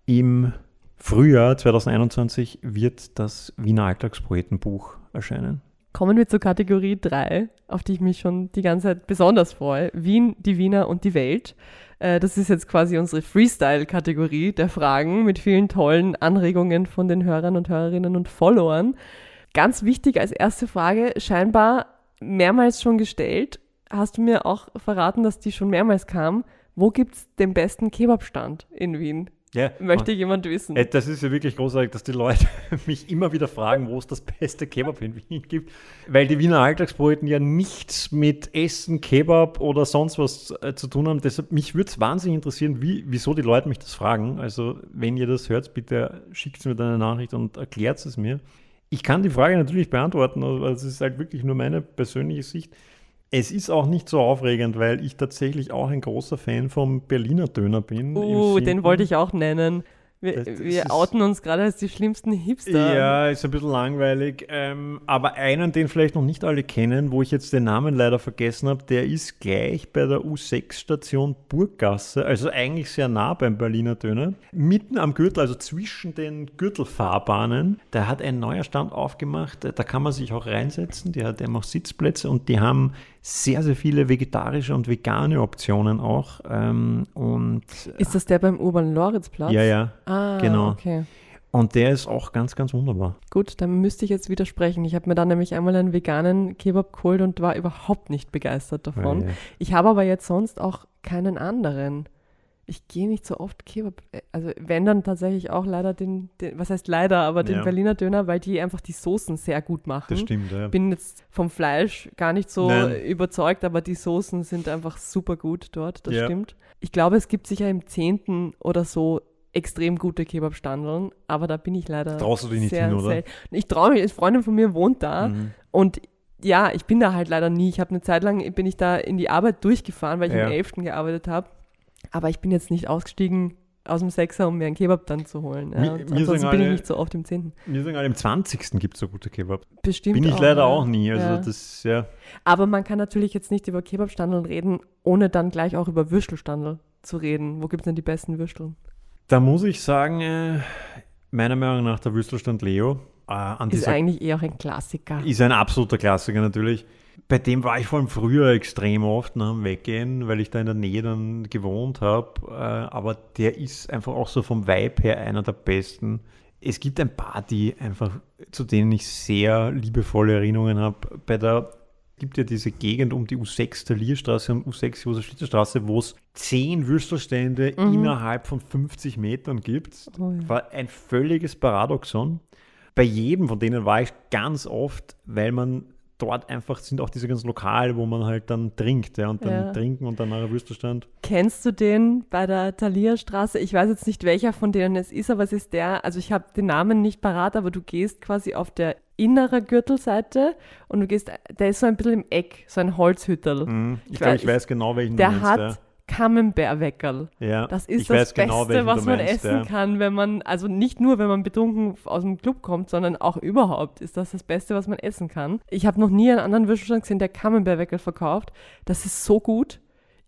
Im Frühjahr zwanzig einundzwanzig wird das Wiener Alltagspoetenbuch erscheinen. Kommen wir zur Kategorie drei, auf die ich mich schon die ganze Zeit besonders freue. Wien, die Wiener und die Welt. Äh, das ist jetzt quasi unsere Freestyle-Kategorie der Fragen mit vielen tollen Anregungen von den Hörern und Hörerinnen und Followern. Ganz wichtig als erste Frage, scheinbar mehrmals schon gestellt, hast du mir auch verraten, dass die schon mehrmals kam. Wo gibt es den besten Kebabstand in Wien? Ja, möchte jemand wissen. Ey, das ist ja wirklich großartig, dass die Leute mich immer wieder fragen, wo es das beste Kebab in Wien gibt. Weil die Wiener Alltagspoeten ja nichts mit Essen, Kebab oder sonst was äh, zu tun haben. Deshalb, mich würde es wahnsinnig interessieren, wie, wieso die Leute mich das fragen. Also, wenn ihr das hört, bitte schickt mir eine Nachricht und erklärt es mir. Ich kann die Frage natürlich beantworten, aber es ist halt wirklich nur meine persönliche Sicht. Es ist auch nicht so aufregend, weil ich tatsächlich auch ein großer Fan vom Berliner Döner bin. Uh, den wollte ich auch nennen. Wir, Das- das wir ist- outen uns gerade als die schlimmsten Hipster. Ja, ist ein bisschen langweilig. Ähm, aber einen, den vielleicht noch nicht alle kennen, wo ich jetzt den Namen leider vergessen habe, der ist gleich bei der U sechs Station Burggasse, also eigentlich sehr nah beim Berliner Döner. Mitten am Gürtel, also zwischen den Gürtelfahrbahnen, da hat ein neuer Stand aufgemacht. Da kann man sich auch reinsetzen. Die hat eben auch Sitzplätze und die haben sehr, sehr viele vegetarische und vegane Optionen auch. Ähm, und Ist das der beim Urban-Loritz-Platz? ja, ja. Ah, Genau. okay. Und der ist auch ganz, ganz wunderbar. Gut, dann müsste ich jetzt widersprechen. Ich habe mir dann nämlich einmal einen veganen Kebab geholt und war überhaupt nicht begeistert davon. Ja, ja. Ich habe aber jetzt sonst auch keinen anderen. Ich gehe nicht so oft Kebab, also wenn dann tatsächlich auch leider den, den was heißt leider, aber den Ja. Berliner Döner, weil die einfach die Soßen sehr gut machen. Das stimmt, ja. Bin jetzt vom Fleisch gar nicht so Nein. überzeugt, aber die Soßen sind einfach super gut dort, das Ja. stimmt. Ich glaube, es gibt sicher im zehnten oder so extrem gute Kebabstandeln, aber da bin ich leider Traust du dich nicht sehr hin, oder? selten. Ich traue mich, eine Freundin von mir wohnt da Mhm. und ja, ich bin da halt leider nie. Ich habe eine Zeit lang, bin ich da in die Arbeit durchgefahren, weil ich Ja. im elften gearbeitet habe, aber ich bin jetzt nicht ausgestiegen aus dem Sechser, um mir einen Kebab dann zu holen. Ja. Mir- Und mir ansonsten sagen bin ich alle- nicht so oft im zehnten. Wir sagen alle, im zwanzigsten gibt es so gute Kebab. Bestimmt Bin ich auch, leider ja. auch nie. Also Ja. das, ja. Aber man kann natürlich jetzt nicht über Kebabstandeln reden, ohne dann gleich auch über Würstelstandel zu reden. Wo gibt es denn die besten Würsteln? Da muss ich sagen, äh, meiner Meinung nach der Würstelstand Leo äh, an Ist dieser eigentlich eher auch ein Klassiker. ist ein absoluter Klassiker natürlich. Bei dem war ich vor allem früher extrem oft nach dem Weggehen, weil ich da in der Nähe dann gewohnt habe. Äh, aber der ist einfach auch so vom Vibe her einer der besten. Es gibt ein paar, die einfach, zu denen ich sehr liebevolle Erinnerungen habe. Bei der gibt ja diese Gegend um die U sechs Talierstraße und U sechs Josef-Schlitzer-Straße, wo es zehn Würstelstände Mhm. innerhalb von fünfzig Metern gibt. Oh ja. War ein völliges Paradoxon. Bei jedem von denen war ich ganz oft, weil man dort einfach sind auch diese ganzen Lokale, wo man halt dann trinkt, ja, und dann Ja. trinken und dann nachher Würstelstand. Kennst du den bei der Thalia-Straße? Ich weiß jetzt nicht, welcher von denen es ist, aber es ist der, also ich habe den Namen nicht parat, aber du gehst quasi auf der inneren Gürtelseite und du gehst, der ist so ein bisschen im Eck, so ein Holzhütterl. Mhm. Ich Ich glaube, weiß- ich weiß genau, welchen Der du meinst. hat Camembert-Weckerl. ja. Ja. Das ist ich das weiß genau, Beste, welchen was du man meinst, essen ja. kann, wenn man, also nicht nur, wenn man betrunken aus dem Club kommt, sondern auch überhaupt ist das das Beste, was man essen kann. Ich habe noch nie einen anderen Würstelstand gesehen, der Camembert-Weckerl verkauft. Das ist so gut.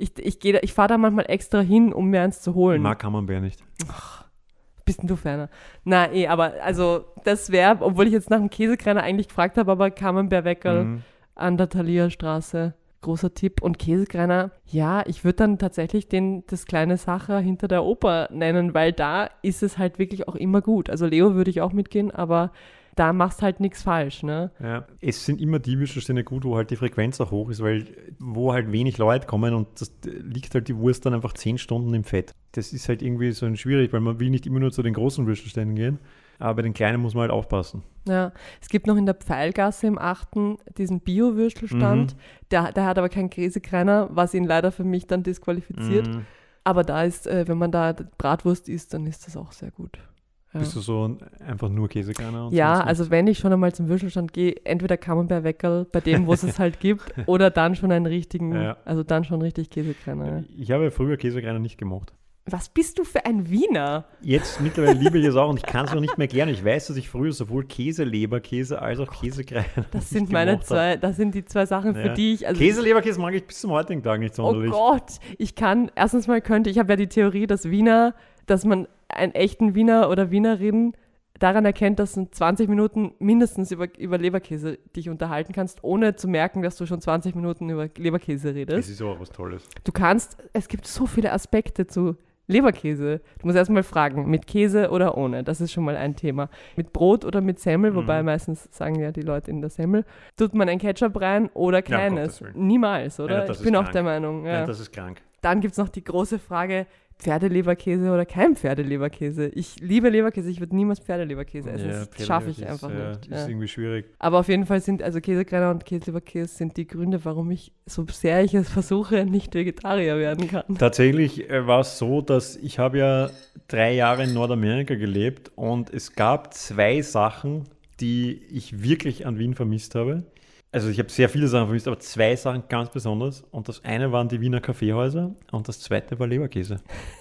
Ich, ich, geh da- ich fahre da manchmal extra hin, um mir eins zu Ich holen. mag Camembert nicht. Bist denn du ferner? Na, eh, aber also das wäre, obwohl ich jetzt nach dem Käsekreiner eigentlich gefragt habe, aber Camembert-Weckerl Mhm. an der Thalia-Straße. Großer Tipp. Und Käsekreiner, ja, ich würde dann tatsächlich den, das kleine Sacher hinter der Oper nennen, weil da ist es halt wirklich auch immer gut. Also Leo würde ich auch mitgehen, aber da machst halt nichts falsch, ne? Ja. Es sind immer die Würstelstände gut, wo halt die Frequenz auch hoch ist, weil wo halt wenig Leute kommen und das liegt halt die Wurst dann einfach zehn Stunden im Fett. Das ist halt irgendwie so ein schwierig, weil man will nicht immer nur zu den großen Würstelständen gehen, aber bei den kleinen muss man halt aufpassen. Ja, es gibt noch in der Pfeilgasse im achten diesen Bio-Würstelstand. Mhm. Der, der hat aber keinen Käsekreiner, was ihn leider für mich dann disqualifiziert. Mhm. Aber da ist, äh, wenn man da Bratwurst isst, dann ist das auch sehr gut. Ja, Bist du so ein, einfach nur Käsekreiner? und ja sonst also wenn ich schon einmal zum Würstelstand gehe, entweder Camembert-Weckerl, bei dem, wo es es halt gibt, oder dann schon einen richtigen, Ja. also dann schon richtig Käsekreiner. Ja. nichts? Ich habe früher Käsekreiner nicht gemocht. Was bist du für ein Wiener? Jetzt mittlerweile liebe ich es auch und ich kann es auch nicht mehr gerne. Ich weiß, dass ich früher sowohl Käseleberkäse als auch Käsekreiner Das sind nicht meine gemocht habe. zwei, das sind die zwei Sachen, für Ja. die ich, also Käseleberkäse mag ich bis zum heutigen Tag nicht oh sonderlich. Gott, ich kann, erstens mal könnte, ich habe ja die Theorie, dass Wiener, dass man einen echten Wiener oder Wienerin daran erkennt, dass du zwanzig Minuten mindestens über, über Leberkäse dich unterhalten kannst, ohne zu merken, dass du schon zwanzig Minuten über Leberkäse Es redest. ist auch was Tolles. Du kannst, es gibt so viele Aspekte zu Leberkäse. Du musst erstmal fragen, mit Käse oder ohne, das ist schon mal ein Thema. Mit Brot oder mit Semmel, wobei Mhm. meistens sagen ja die Leute in der Semmel, tut man ein Ketchup rein oder Ja, um keines? Gottes Willen. Niemals, oder? Ja, das ich bin ist auch krank. der Meinung. Ja. Ja, das ist krank. Dann gibt es noch die große Frage, Pferdeleberkäse oder kein Pferdeleberkäse. Ich liebe Leberkäse, ich würde niemals Pferdeleberkäse essen. Ja, das schaffe ich Pferdeleberkäse einfach ist, nicht. Ja, ist Ja. irgendwie schwierig. Aber auf jeden Fall sind also Käsekreiner und Käseleberkäse sind die Gründe, warum ich, so sehr ich es versuche, nicht Vegetarier werden kann. Tatsächlich äh, war es so, dass ich habe ja drei Jahre in Nordamerika gelebt und es gab zwei Sachen, die ich wirklich an Wien vermisst habe. Also ich habe sehr viele Sachen vermisst, aber zwei Sachen ganz besonders. Und das eine waren die Wiener Kaffeehäuser und das zweite war Leberkäse.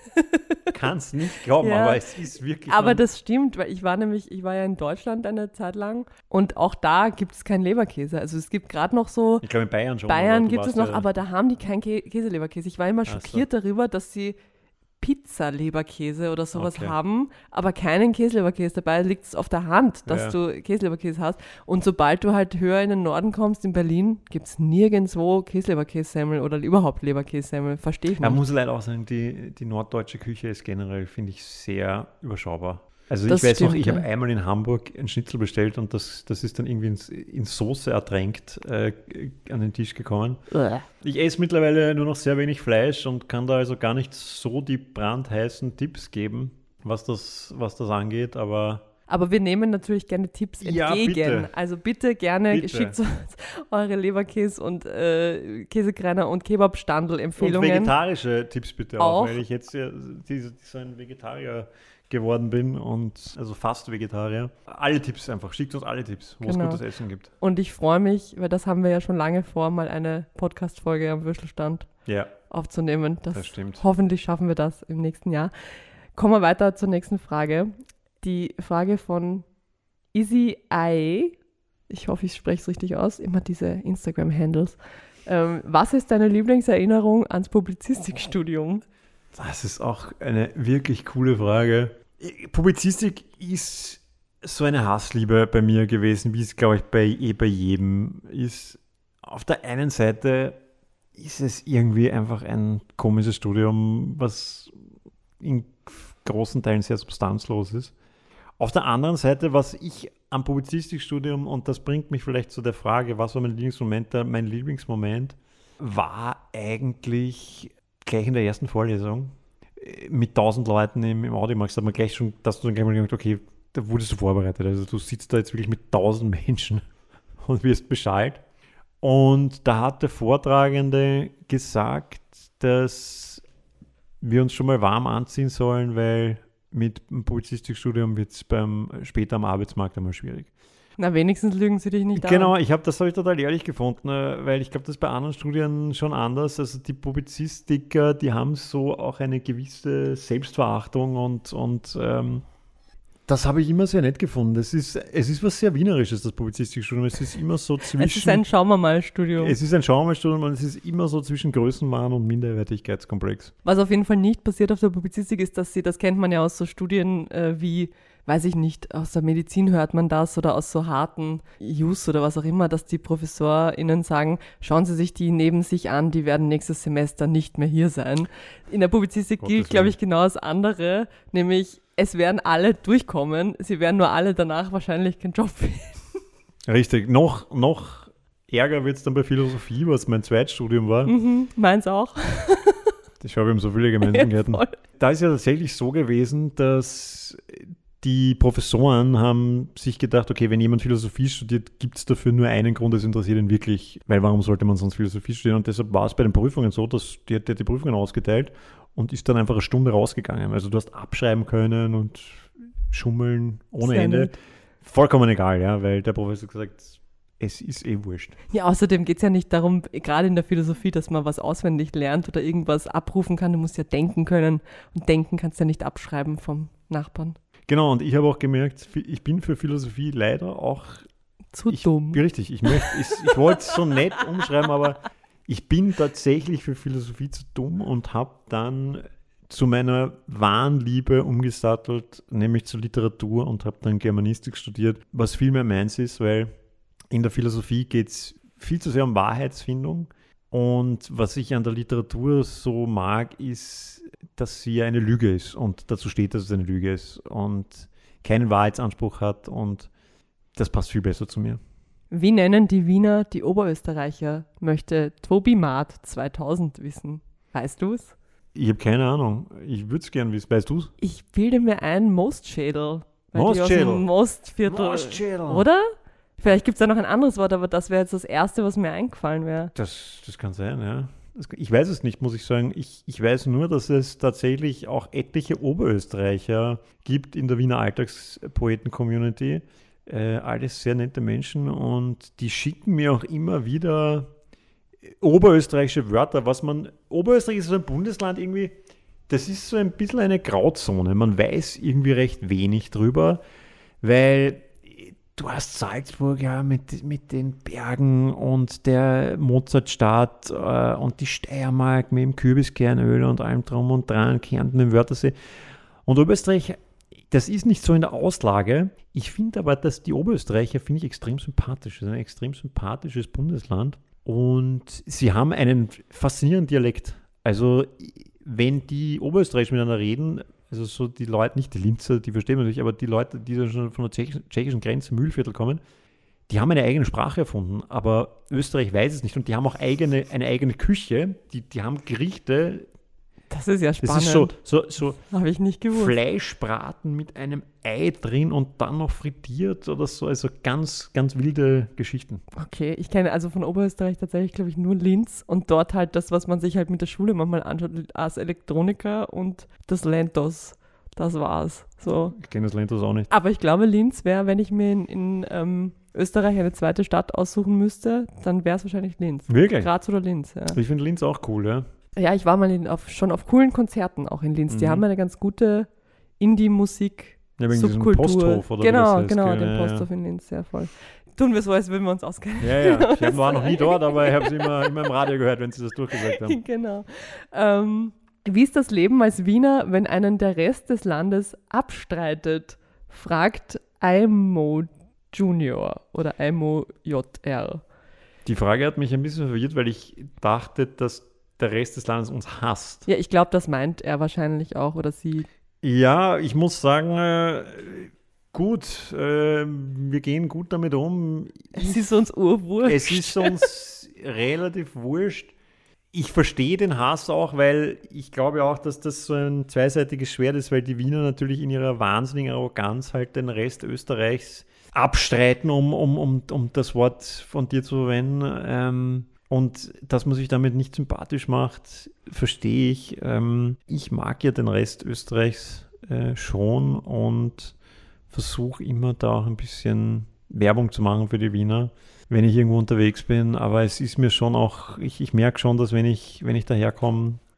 Kannst nicht glauben, Ja. aber es ist wirklich... Aber man- das stimmt, weil ich war nämlich, ich war ja in Deutschland eine Zeit lang und auch da gibt es keinen Leberkäse. Also es gibt gerade noch so, ich glaube in Bayern schon. Bayern aber du gibt es warst noch, ja- aber da haben die keinen Kä Käseleberkäse. Ich war immer so. schockiert darüber, dass sie Pizza-Leberkäse oder sowas Okay. haben, aber keinen Käseleberkäse. Dabei liegt es auf der Hand, dass Ja. du Käseleberkäse hast. Und sobald du halt höher in den Norden kommst, in Berlin, gibt es nirgendwo Käseleberkässemmel oder überhaupt Leberkässemmel. Verstehe ich Man nicht. muss leider auch sagen, die, die norddeutsche Küche ist generell, finde ich, sehr überschaubar. Also Das ich weiß noch, stimmt, ich ja. habe einmal in Hamburg ein Schnitzel bestellt und das, das ist dann irgendwie in, in Soße ertränkt äh, an den Tisch gekommen. Uäh. Ich esse mittlerweile nur noch sehr wenig Fleisch und kann da also gar nicht so die brandheißen Tipps geben, was das, was das angeht, aber Aber wir nehmen natürlich gerne Tipps Ja, entgegen. bitte. Also bitte gerne Bitte. schickt uns eure Leberkäse und äh, Käsekreiner und Kebabstandel-Empfehlungen. und vegetarische Tipps bitte auch, Auch. weil ich jetzt ja die, so ein Vegetarier geworden bin und also fast Vegetarier. Alle Tipps einfach, schickt uns alle Tipps, wo Genau. es gutes Essen gibt. Und ich freue mich, weil das haben wir ja schon lange vor, mal eine Podcast-Folge am Würstelstand Ja, aufzunehmen. Das, das stimmt. Hoffentlich schaffen wir das im nächsten Jahr. Kommen wir weiter zur nächsten Frage. Die Frage von Izzy I. Ich hoffe, ich spreche es richtig aus. Immer diese Instagram-Handles. Ähm, was ist deine Lieblingserinnerung ans Publizistikstudium? Das ist auch eine wirklich coole Frage. Publizistik ist so eine Hassliebe bei mir gewesen, wie es, glaube ich, bei, eh bei jedem ist. Auf der einen Seite ist es irgendwie einfach ein komisches Studium, was in großen Teilen sehr substanzlos ist. Auf der anderen Seite, was ich am Publizistikstudium, und das bringt mich vielleicht zu der Frage, was war mein Lieblingsmoment? Mein Lieblingsmoment war eigentlich gleich in der ersten Vorlesung mit tausend Leuten im, im Audimax, da hat man gleich schon, dass du dann gleich mal gedacht, okay, da wurdest du vorbereitet. Also du sitzt da jetzt wirklich mit tausend Menschen und wirst beschallt. Und da hat der Vortragende gesagt, dass wir uns schon mal warm anziehen sollen, weil mit dem Publizistikstudium wird es beim später am Arbeitsmarkt einmal schwierig. Na, wenigstens lügen sie dich nicht Genau, an. ich habe das habe ich total ehrlich gefunden, äh, weil ich glaube, das ist bei anderen Studien schon anders. Also die Publizistiker, die haben so auch eine gewisse Selbstverachtung und, und ähm, Das habe ich immer sehr nett gefunden. Es ist, es ist was sehr Wienerisches, das Publizistikstudium. Es ist immer so zwischen... Es ist ein Schauen wir mal Studium. Es ist ein Schauen wir mal Studium und es ist immer so zwischen Größenwahn und Minderwertigkeitskomplex. Was auf jeden Fall nicht passiert auf der Publizistik ist, dass sie, das kennt man ja aus so Studien äh, wie, weiß ich nicht, aus der Medizin hört man das oder aus so harten Jus oder was auch immer, dass die ProfessorInnen sagen, schauen Sie sich die neben sich an, die werden nächstes Semester nicht mehr hier sein. In der Publizistik gilt, glaube ich, genau das andere, nämlich es werden alle durchkommen, sie werden nur alle danach wahrscheinlich keinen Job finden. Richtig, noch, noch ärger wird es dann bei Philosophie, was mein Zweitstudium war. Mhm, meins auch. Ich habe eben so viele Gemeinsamkeiten. Ja, da ist ja tatsächlich so gewesen, dass die Professoren haben sich gedacht, okay, wenn jemand Philosophie studiert, gibt es dafür nur einen Grund, das interessiert ihn wirklich, weil warum sollte man sonst Philosophie studieren? Und deshalb war es bei den Prüfungen so, dass die hat die Prüfungen ausgeteilt und ist dann einfach eine Stunde rausgegangen. Also du hast abschreiben können und schummeln ohne Sehr Ende. nett. Vollkommen egal, ja, weil der Professor gesagt, es ist eh wurscht. Ja, außerdem geht es ja nicht darum, gerade in der Philosophie, dass man was auswendig lernt oder irgendwas abrufen kann. Du musst ja denken können und denken kannst ja nicht abschreiben vom Nachbarn. Genau, und ich habe auch gemerkt, ich bin für Philosophie leider auch zu ich, dumm. Richtig, ich, möchte, ich, ich wollte es so nett umschreiben, aber ich bin tatsächlich für Philosophie zu dumm und habe dann zu meiner wahren Liebe umgesattelt, nämlich zur Literatur und habe dann Germanistik studiert, was viel mehr meins ist, weil in der Philosophie geht es viel zu sehr um Wahrheitsfindung. Und was ich an der Literatur so mag, ist, dass sie eine Lüge ist und dazu steht, dass es eine Lüge ist und keinen Wahrheitsanspruch hat und das passt viel besser zu mir. Wie nennen die Wiener die Oberösterreicher, möchte Tobi Maat zweitausend wissen. Weißt du es? Ich habe keine Ahnung. Ich würde es gern wissen. Weißt du es? Ich bilde mir ein Mostschädel. weil die aus Mostschädel. dem Mostviertel. Mostschädel. Oder? Vielleicht gibt es da noch ein anderes Wort, aber das wäre jetzt das Erste, was mir eingefallen wäre. Das, das kann sein, ja. Das, ich weiß es nicht, muss ich sagen. Ich, ich weiß nur, dass es tatsächlich auch etliche Oberösterreicher gibt in der Wiener Alltagspoeten-Community. Äh, alles sehr nette Menschen und die schicken mir auch immer wieder oberösterreichische Wörter. Was man, Oberösterreich ist so ein Bundesland irgendwie, das ist so ein bisschen eine Grauzone. Man weiß irgendwie recht wenig drüber, weil du hast Salzburg ja mit, mit den Bergen und der Mozartstadt äh, und die Steiermark mit dem Kürbiskernöl und allem drum und dran, Kärnten mit dem Wörthersee. Und Oberösterreich, das ist nicht so in der Auslage. Ich finde aber, dass die Oberösterreicher, finde ich, extrem sympathisch. Das ist ein extrem sympathisches Bundesland. Und sie haben einen faszinierenden Dialekt. Also, wenn die Oberösterreicher miteinander reden, also so die Leute, nicht die Linzer, die verstehen wir natürlich, aber die Leute, die schon von der tschechischen, tschechischen Grenze, Mühlviertel kommen, die haben eine eigene Sprache erfunden, aber Österreich weiß es nicht und die haben auch eigene, eine eigene Küche, die, die haben Gerichte. Das ist ja spannend. Das ist so, so, so habe ich nicht gewusst. Fleischbraten mit einem Ei drin und dann noch frittiert oder so, also ganz, ganz wilde Geschichten. Okay, ich kenne also von Oberösterreich tatsächlich, glaube ich, nur Linz und dort halt das, was man sich halt mit der Schule manchmal anschaut, Ars Electronica und das Lentos. Das war's. So. Ich kenne das Lentos auch nicht. Aber ich glaube, Linz wäre, wenn ich mir in, in ähm, Österreich eine zweite Stadt aussuchen müsste, dann wäre es wahrscheinlich Linz. Wirklich? Graz oder Linz, ja. Ich finde Linz auch cool, ja. Ja, ich war mal in, auf, schon auf coolen Konzerten auch in Linz. Die Mhm. haben eine ganz gute Indie-Musik. Ja, wegen diesem Subkultur. Posthof oder wie genau, das heißt, genau, gell? den Ja, ja. Posthof in Linz, sehr voll. Tun wir so, als würden wir uns auskennen. Ja, ja. Ich war noch nie dort, aber ich habe es immer, immer im Radio gehört, wenn sie das durchgesagt haben. Genau. Ähm, wie ist das Leben als Wiener, wenn einen der Rest des Landes abstreitet? Fragt Aimo Junior oder Aimo J R. Die Frage hat mich ein bisschen verwirrt, weil ich dachte, dass der Rest des Landes uns hasst. Ja, ich glaube, das meint er wahrscheinlich auch oder sie. Ja, ich muss sagen, äh, gut, äh, wir gehen gut damit um. Es ist uns urwurscht. Es ist uns relativ wurscht. Ich verstehe den Hass auch, weil ich glaube auch, dass das so ein zweiseitiges Schwert ist, weil die Wiener natürlich in ihrer wahnsinnigen Arroganz halt den Rest Österreichs abstreiten, um, um, um, um das Wort von dir zu verwenden. Ähm, und dass man sich damit nicht sympathisch macht, verstehe ich. Ähm, ich mag ja den Rest Österreichs äh, schon und versuche immer da auch ein bisschen Werbung zu machen für die Wiener, wenn ich irgendwo unterwegs bin. Aber es ist mir schon auch, ich, ich merke schon, dass wenn ich, wenn ich daherkomme,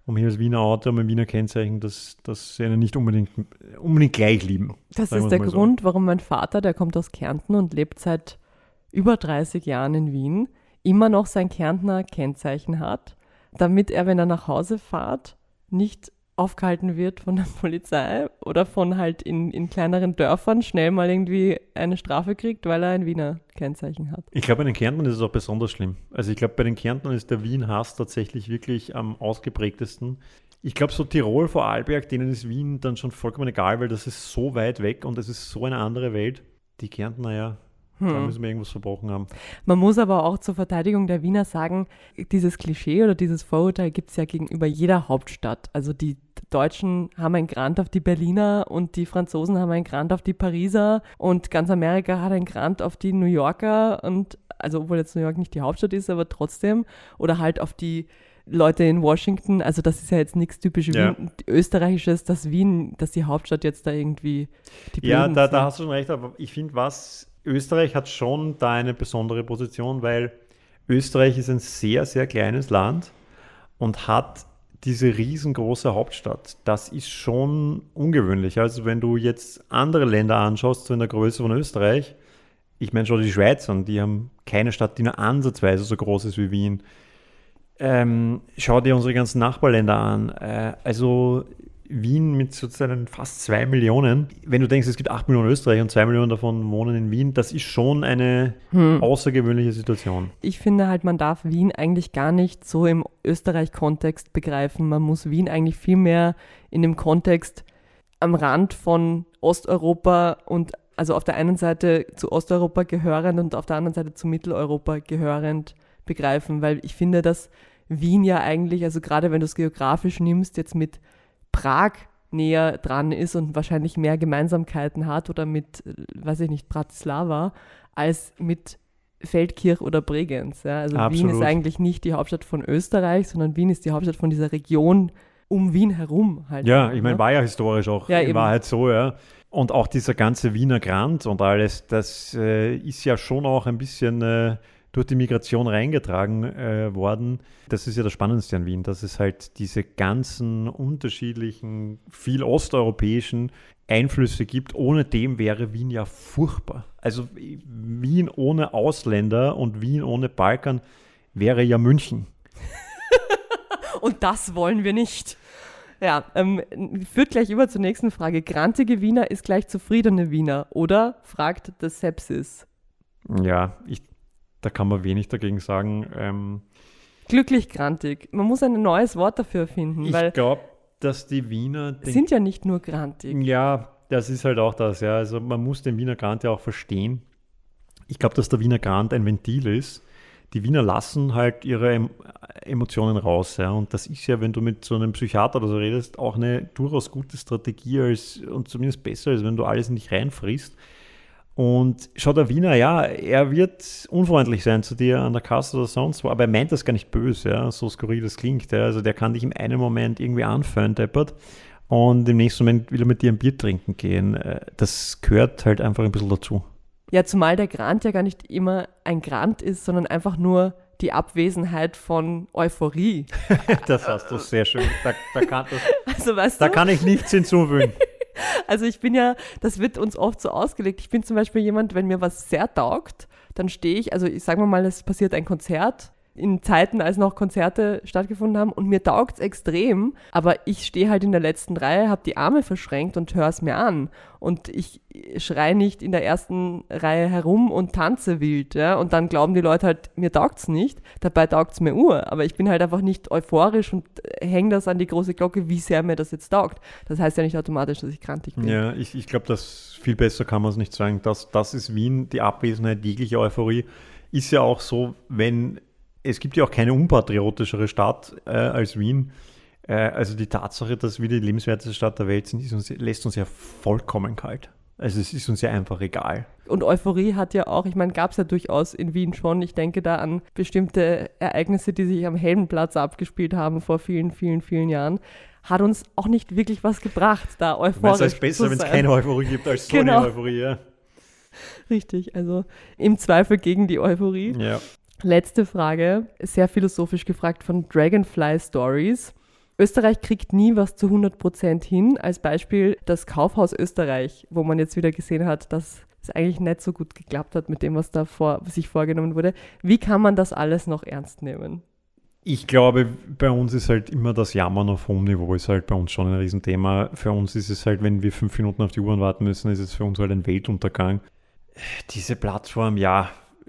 Und hier als Wiener Auto mit Wiener Kennzeichen, dass, dass sie einen nicht unbedingt, unbedingt gleich lieben. Das ist der Grund, so. warum mein Vater, der kommt aus Kärnten und lebt seit über dreißig Jahren in Wien, immer noch sein Kärntner Kennzeichen hat, damit er, wenn er nach Hause fährt, nicht aufgehalten wird von der Polizei oder von halt in, in kleineren Dörfern schnell mal irgendwie eine Strafe kriegt, weil er ein Wiener Kennzeichen hat. Ich glaube, bei den Kärntnern ist es auch besonders schlimm. Also ich glaube, bei den Kärntnern ist der Wien-Hass tatsächlich wirklich am ausgeprägtesten. Ich glaube, so Tirol, Vorarlberg, denen ist Wien dann schon vollkommen egal, weil das ist so weit weg und es ist so eine andere Welt. Die Kärntner, ja, hm. da müssen wir irgendwas verbrochen haben. Man muss aber auch zur Verteidigung der Wiener sagen, dieses Klischee oder dieses Vorurteil gibt es ja gegenüber jeder Hauptstadt. Also die Deutschen haben einen Grant auf die Berliner und die Franzosen haben einen Grant auf die Pariser und ganz Amerika hat einen Grant auf die New Yorker und also obwohl jetzt New York nicht die Hauptstadt ist, aber trotzdem oder halt auf die Leute in Washington, also das ist ja jetzt nichts typisch ja. Wien, Österreichisches, dass Wien, dass die Hauptstadt jetzt da irgendwie die Ja, da, da hast du schon recht, aber ich finde, was Österreich hat schon da eine besondere Position, weil Österreich ist ein sehr, sehr kleines Land und hat diese riesengroße Hauptstadt. Das ist schon ungewöhnlich. Also wenn du jetzt andere Länder anschaust, so in der Größe von Österreich, ich meine schon die Schweiz und die haben keine Stadt, die nur ansatzweise so groß ist wie Wien. Ähm, schau dir unsere ganzen Nachbarländer an. Äh, also Wien mit sozusagen fast zwei Millionen. Wenn du denkst, es gibt acht Millionen Österreich und zwei Millionen davon wohnen in Wien, das ist schon eine hm. außergewöhnliche Situation. Ich finde halt, man darf Wien eigentlich gar nicht so im Österreich-Kontext begreifen. Man muss Wien eigentlich viel mehr in dem Kontext am Rand von Osteuropa und also auf der einen Seite zu Osteuropa gehörend und auf der anderen Seite zu Mitteleuropa gehörend begreifen, weil ich finde, dass Wien ja eigentlich, also gerade wenn du es geografisch nimmst, jetzt mit Prag näher dran ist und wahrscheinlich mehr Gemeinsamkeiten hat oder mit, weiß ich nicht, Bratislava, als mit Feldkirch oder Bregenz. Ja? Also Absolut. Wien ist eigentlich nicht die Hauptstadt von Österreich, sondern Wien ist die Hauptstadt von dieser Region um Wien herum. Halt. Ja, ich meine, war ja historisch auch ja, in Wahrheit so, ja. Und auch dieser ganze Wiener Grand und alles, das äh, ist ja schon auch ein bisschen äh, durch die Migration reingetragen äh, worden. Das ist ja das Spannendste an Wien, dass es halt diese ganzen unterschiedlichen, viel osteuropäischen Einflüsse gibt. Ohne dem wäre Wien ja furchtbar. Also Wien ohne Ausländer und Wien ohne Balkan wäre ja München. Und das wollen wir nicht. Ja, ähm, führt gleich über zur nächsten Frage. Grantige Wiener ist gleich zufriedene Wiener, oder? Fragt der Sepsis. Ja, ich Da kann man wenig dagegen sagen. Ähm, Glücklich grantig. Man muss ein neues Wort dafür finden. Ich glaube, dass die Wiener... Den, sind ja nicht nur grantig. Ja, das ist halt auch das. Ja. Also man muss den Wiener Grant ja auch verstehen. Ich glaube, dass der Wiener Grant ein Ventil ist. Die Wiener lassen halt ihre em- Emotionen raus. Ja. Und das ist ja, wenn du mit so einem Psychiater oder so redest, auch eine durchaus gute Strategie als, und zumindest besser, als wenn du alles in dich reinfrisst. Und schau, der Wiener, ja, er wird unfreundlich sein zu dir an der Kasse oder sonst wo, aber er meint das gar nicht böse, ja, so skurril das klingt. Ja. Also der kann dich im einen Moment irgendwie anfeuern, deppert, und im nächsten Moment will er mit dir ein Bier trinken gehen. Das gehört halt einfach ein bisschen dazu. Ja, zumal der Grant ja gar nicht immer ein Grant ist, sondern einfach nur die Abwesenheit von Euphorie. Das hast du sehr schön. Da, da, kann, das, also, weißt da du? kann ich nichts hinzufügen. Also ich bin ja, das wird uns oft so ausgelegt, ich bin zum Beispiel jemand, wenn mir was sehr taugt, dann stehe ich, also ich sage mal, es passiert ein Konzert, in Zeiten, als noch Konzerte stattgefunden haben und mir taugt es extrem, aber ich stehe halt in der letzten Reihe, habe die Arme verschränkt und höre es mir an und ich schreie nicht in der ersten Reihe herum und tanze wild, ja, und dann glauben die Leute halt, mir taugt es nicht, dabei taugt es mir ur, aber ich bin halt einfach nicht euphorisch und hänge das an die große Glocke, wie sehr mir das jetzt taugt. Das heißt ja nicht automatisch, dass ich grantig bin. Ja, ich, ich glaube, das viel besser kann man es nicht sagen. Das, das ist Wien, die Abwesenheit jeglicher Euphorie. Ist ja auch so, wenn es gibt ja auch keine unpatriotischere Stadt äh, als Wien. Äh, also die Tatsache, dass wir die lebenswerteste Stadt der Welt sind, ist uns, lässt uns ja vollkommen kalt. Also es ist uns ja einfach egal. Und Euphorie hat ja auch, ich meine, gab es ja durchaus in Wien schon. Ich denke da an bestimmte Ereignisse, die sich am Heldenplatz abgespielt haben vor vielen, vielen, vielen Jahren. Hat uns auch nicht wirklich was gebracht, da euphorisch zu sein. Es ist besser, wenn es keine Euphorie gibt, als so genau. eine Euphorie. Ja. Richtig, also im Zweifel gegen die Euphorie. Ja. Letzte Frage, sehr philosophisch gefragt von Dragonfly Stories. Österreich kriegt nie was zu hundert Prozent hin. Als Beispiel das Kaufhaus Österreich, wo man jetzt wieder gesehen hat, dass es eigentlich nicht so gut geklappt hat mit dem, was da vor, sich vorgenommen wurde. Wie kann man das alles noch ernst nehmen? Ich glaube, bei uns ist halt immer das Jammern auf hohem Niveau, ist halt bei uns schon ein Riesenthema. Für uns ist es halt, wenn wir fünf Minuten auf die Uhren warten müssen, ist es für uns halt ein Weltuntergang. Diese Plattform, ja,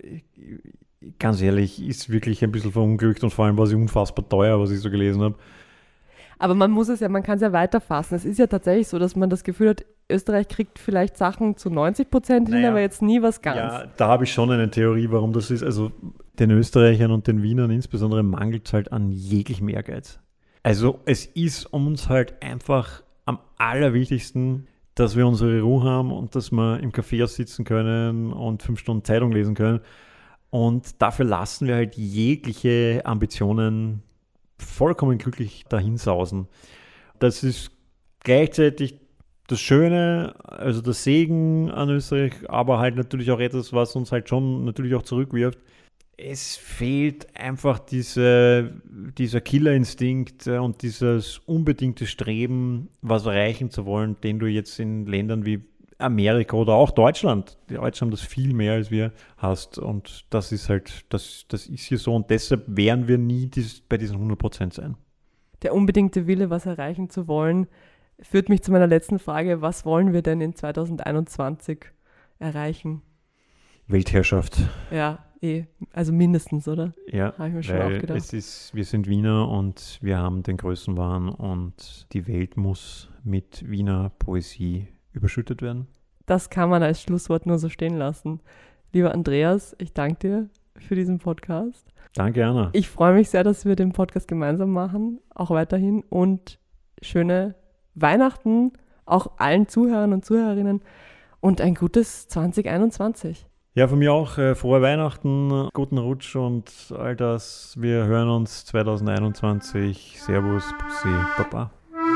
ganz ehrlich, ist wirklich ein bisschen verunglückt und vor allem war sie unfassbar teuer, was ich so gelesen habe. Aber man muss es ja, man kann es ja weiterfassen. Es ist ja tatsächlich so, dass man das Gefühl hat, Österreich kriegt vielleicht Sachen zu neunzig Prozent hin, naja, aber jetzt nie was ganz. Ja, da habe ich schon eine Theorie, warum das ist. Also den Österreichern und den Wienern insbesondere mangelt es halt an jeglichem Ehrgeiz. Also es ist uns halt einfach am allerwichtigsten, dass wir unsere Ruhe haben und dass wir im Café sitzen können und fünf Stunden Zeitung lesen können. Und dafür lassen wir halt jegliche Ambitionen vollkommen glücklich dahinsausen. Das ist gleichzeitig das Schöne, also das Segen an Österreich, aber halt natürlich auch etwas, was uns halt schon natürlich auch zurückwirft. Es fehlt einfach diese, dieser Killerinstinkt und dieses unbedingte Streben, was erreichen zu wollen, den du jetzt in Ländern wie Amerika oder auch Deutschland, die Deutschen haben das viel mehr als wir, hast. Und das ist halt, das, das ist hier so und deshalb werden wir nie dies, bei diesen hundert Prozent sein. Der unbedingte Wille, was erreichen zu wollen, führt mich zu meiner letzten Frage. Was wollen wir denn in zwanzig einundzwanzig erreichen? Weltherrschaft. Ja, eh. Also mindestens, oder? Ja, habe ich mir schon auch gedacht. Es ist, wir sind Wiener und wir haben den Größenwahn und die Welt muss mit Wiener Poesie überschüttet werden. Das kann man als Schlusswort nur so stehen lassen. Lieber Andreas, ich danke dir für diesen Podcast. Danke, Anna. Ich freue mich sehr, dass wir den Podcast gemeinsam machen, auch weiterhin. Und schöne Weihnachten auch allen Zuhörern und Zuhörerinnen und ein gutes zwanzig einundzwanzig. Ja, von mir auch äh, frohe Weihnachten, guten Rutsch und all das. Wir hören uns zwanzig einundzwanzig. Servus, Bussi, Baba.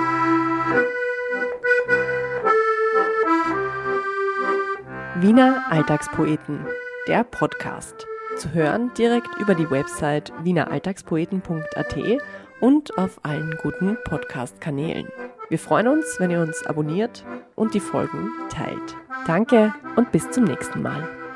Wiener Alltagspoeten, der Podcast. Zu hören direkt über die Website wiener alltagspoeten punkt a t und auf allen guten Podcast-Kanälen. Wir freuen uns, wenn ihr uns abonniert und die Folgen teilt. Danke und bis zum nächsten Mal.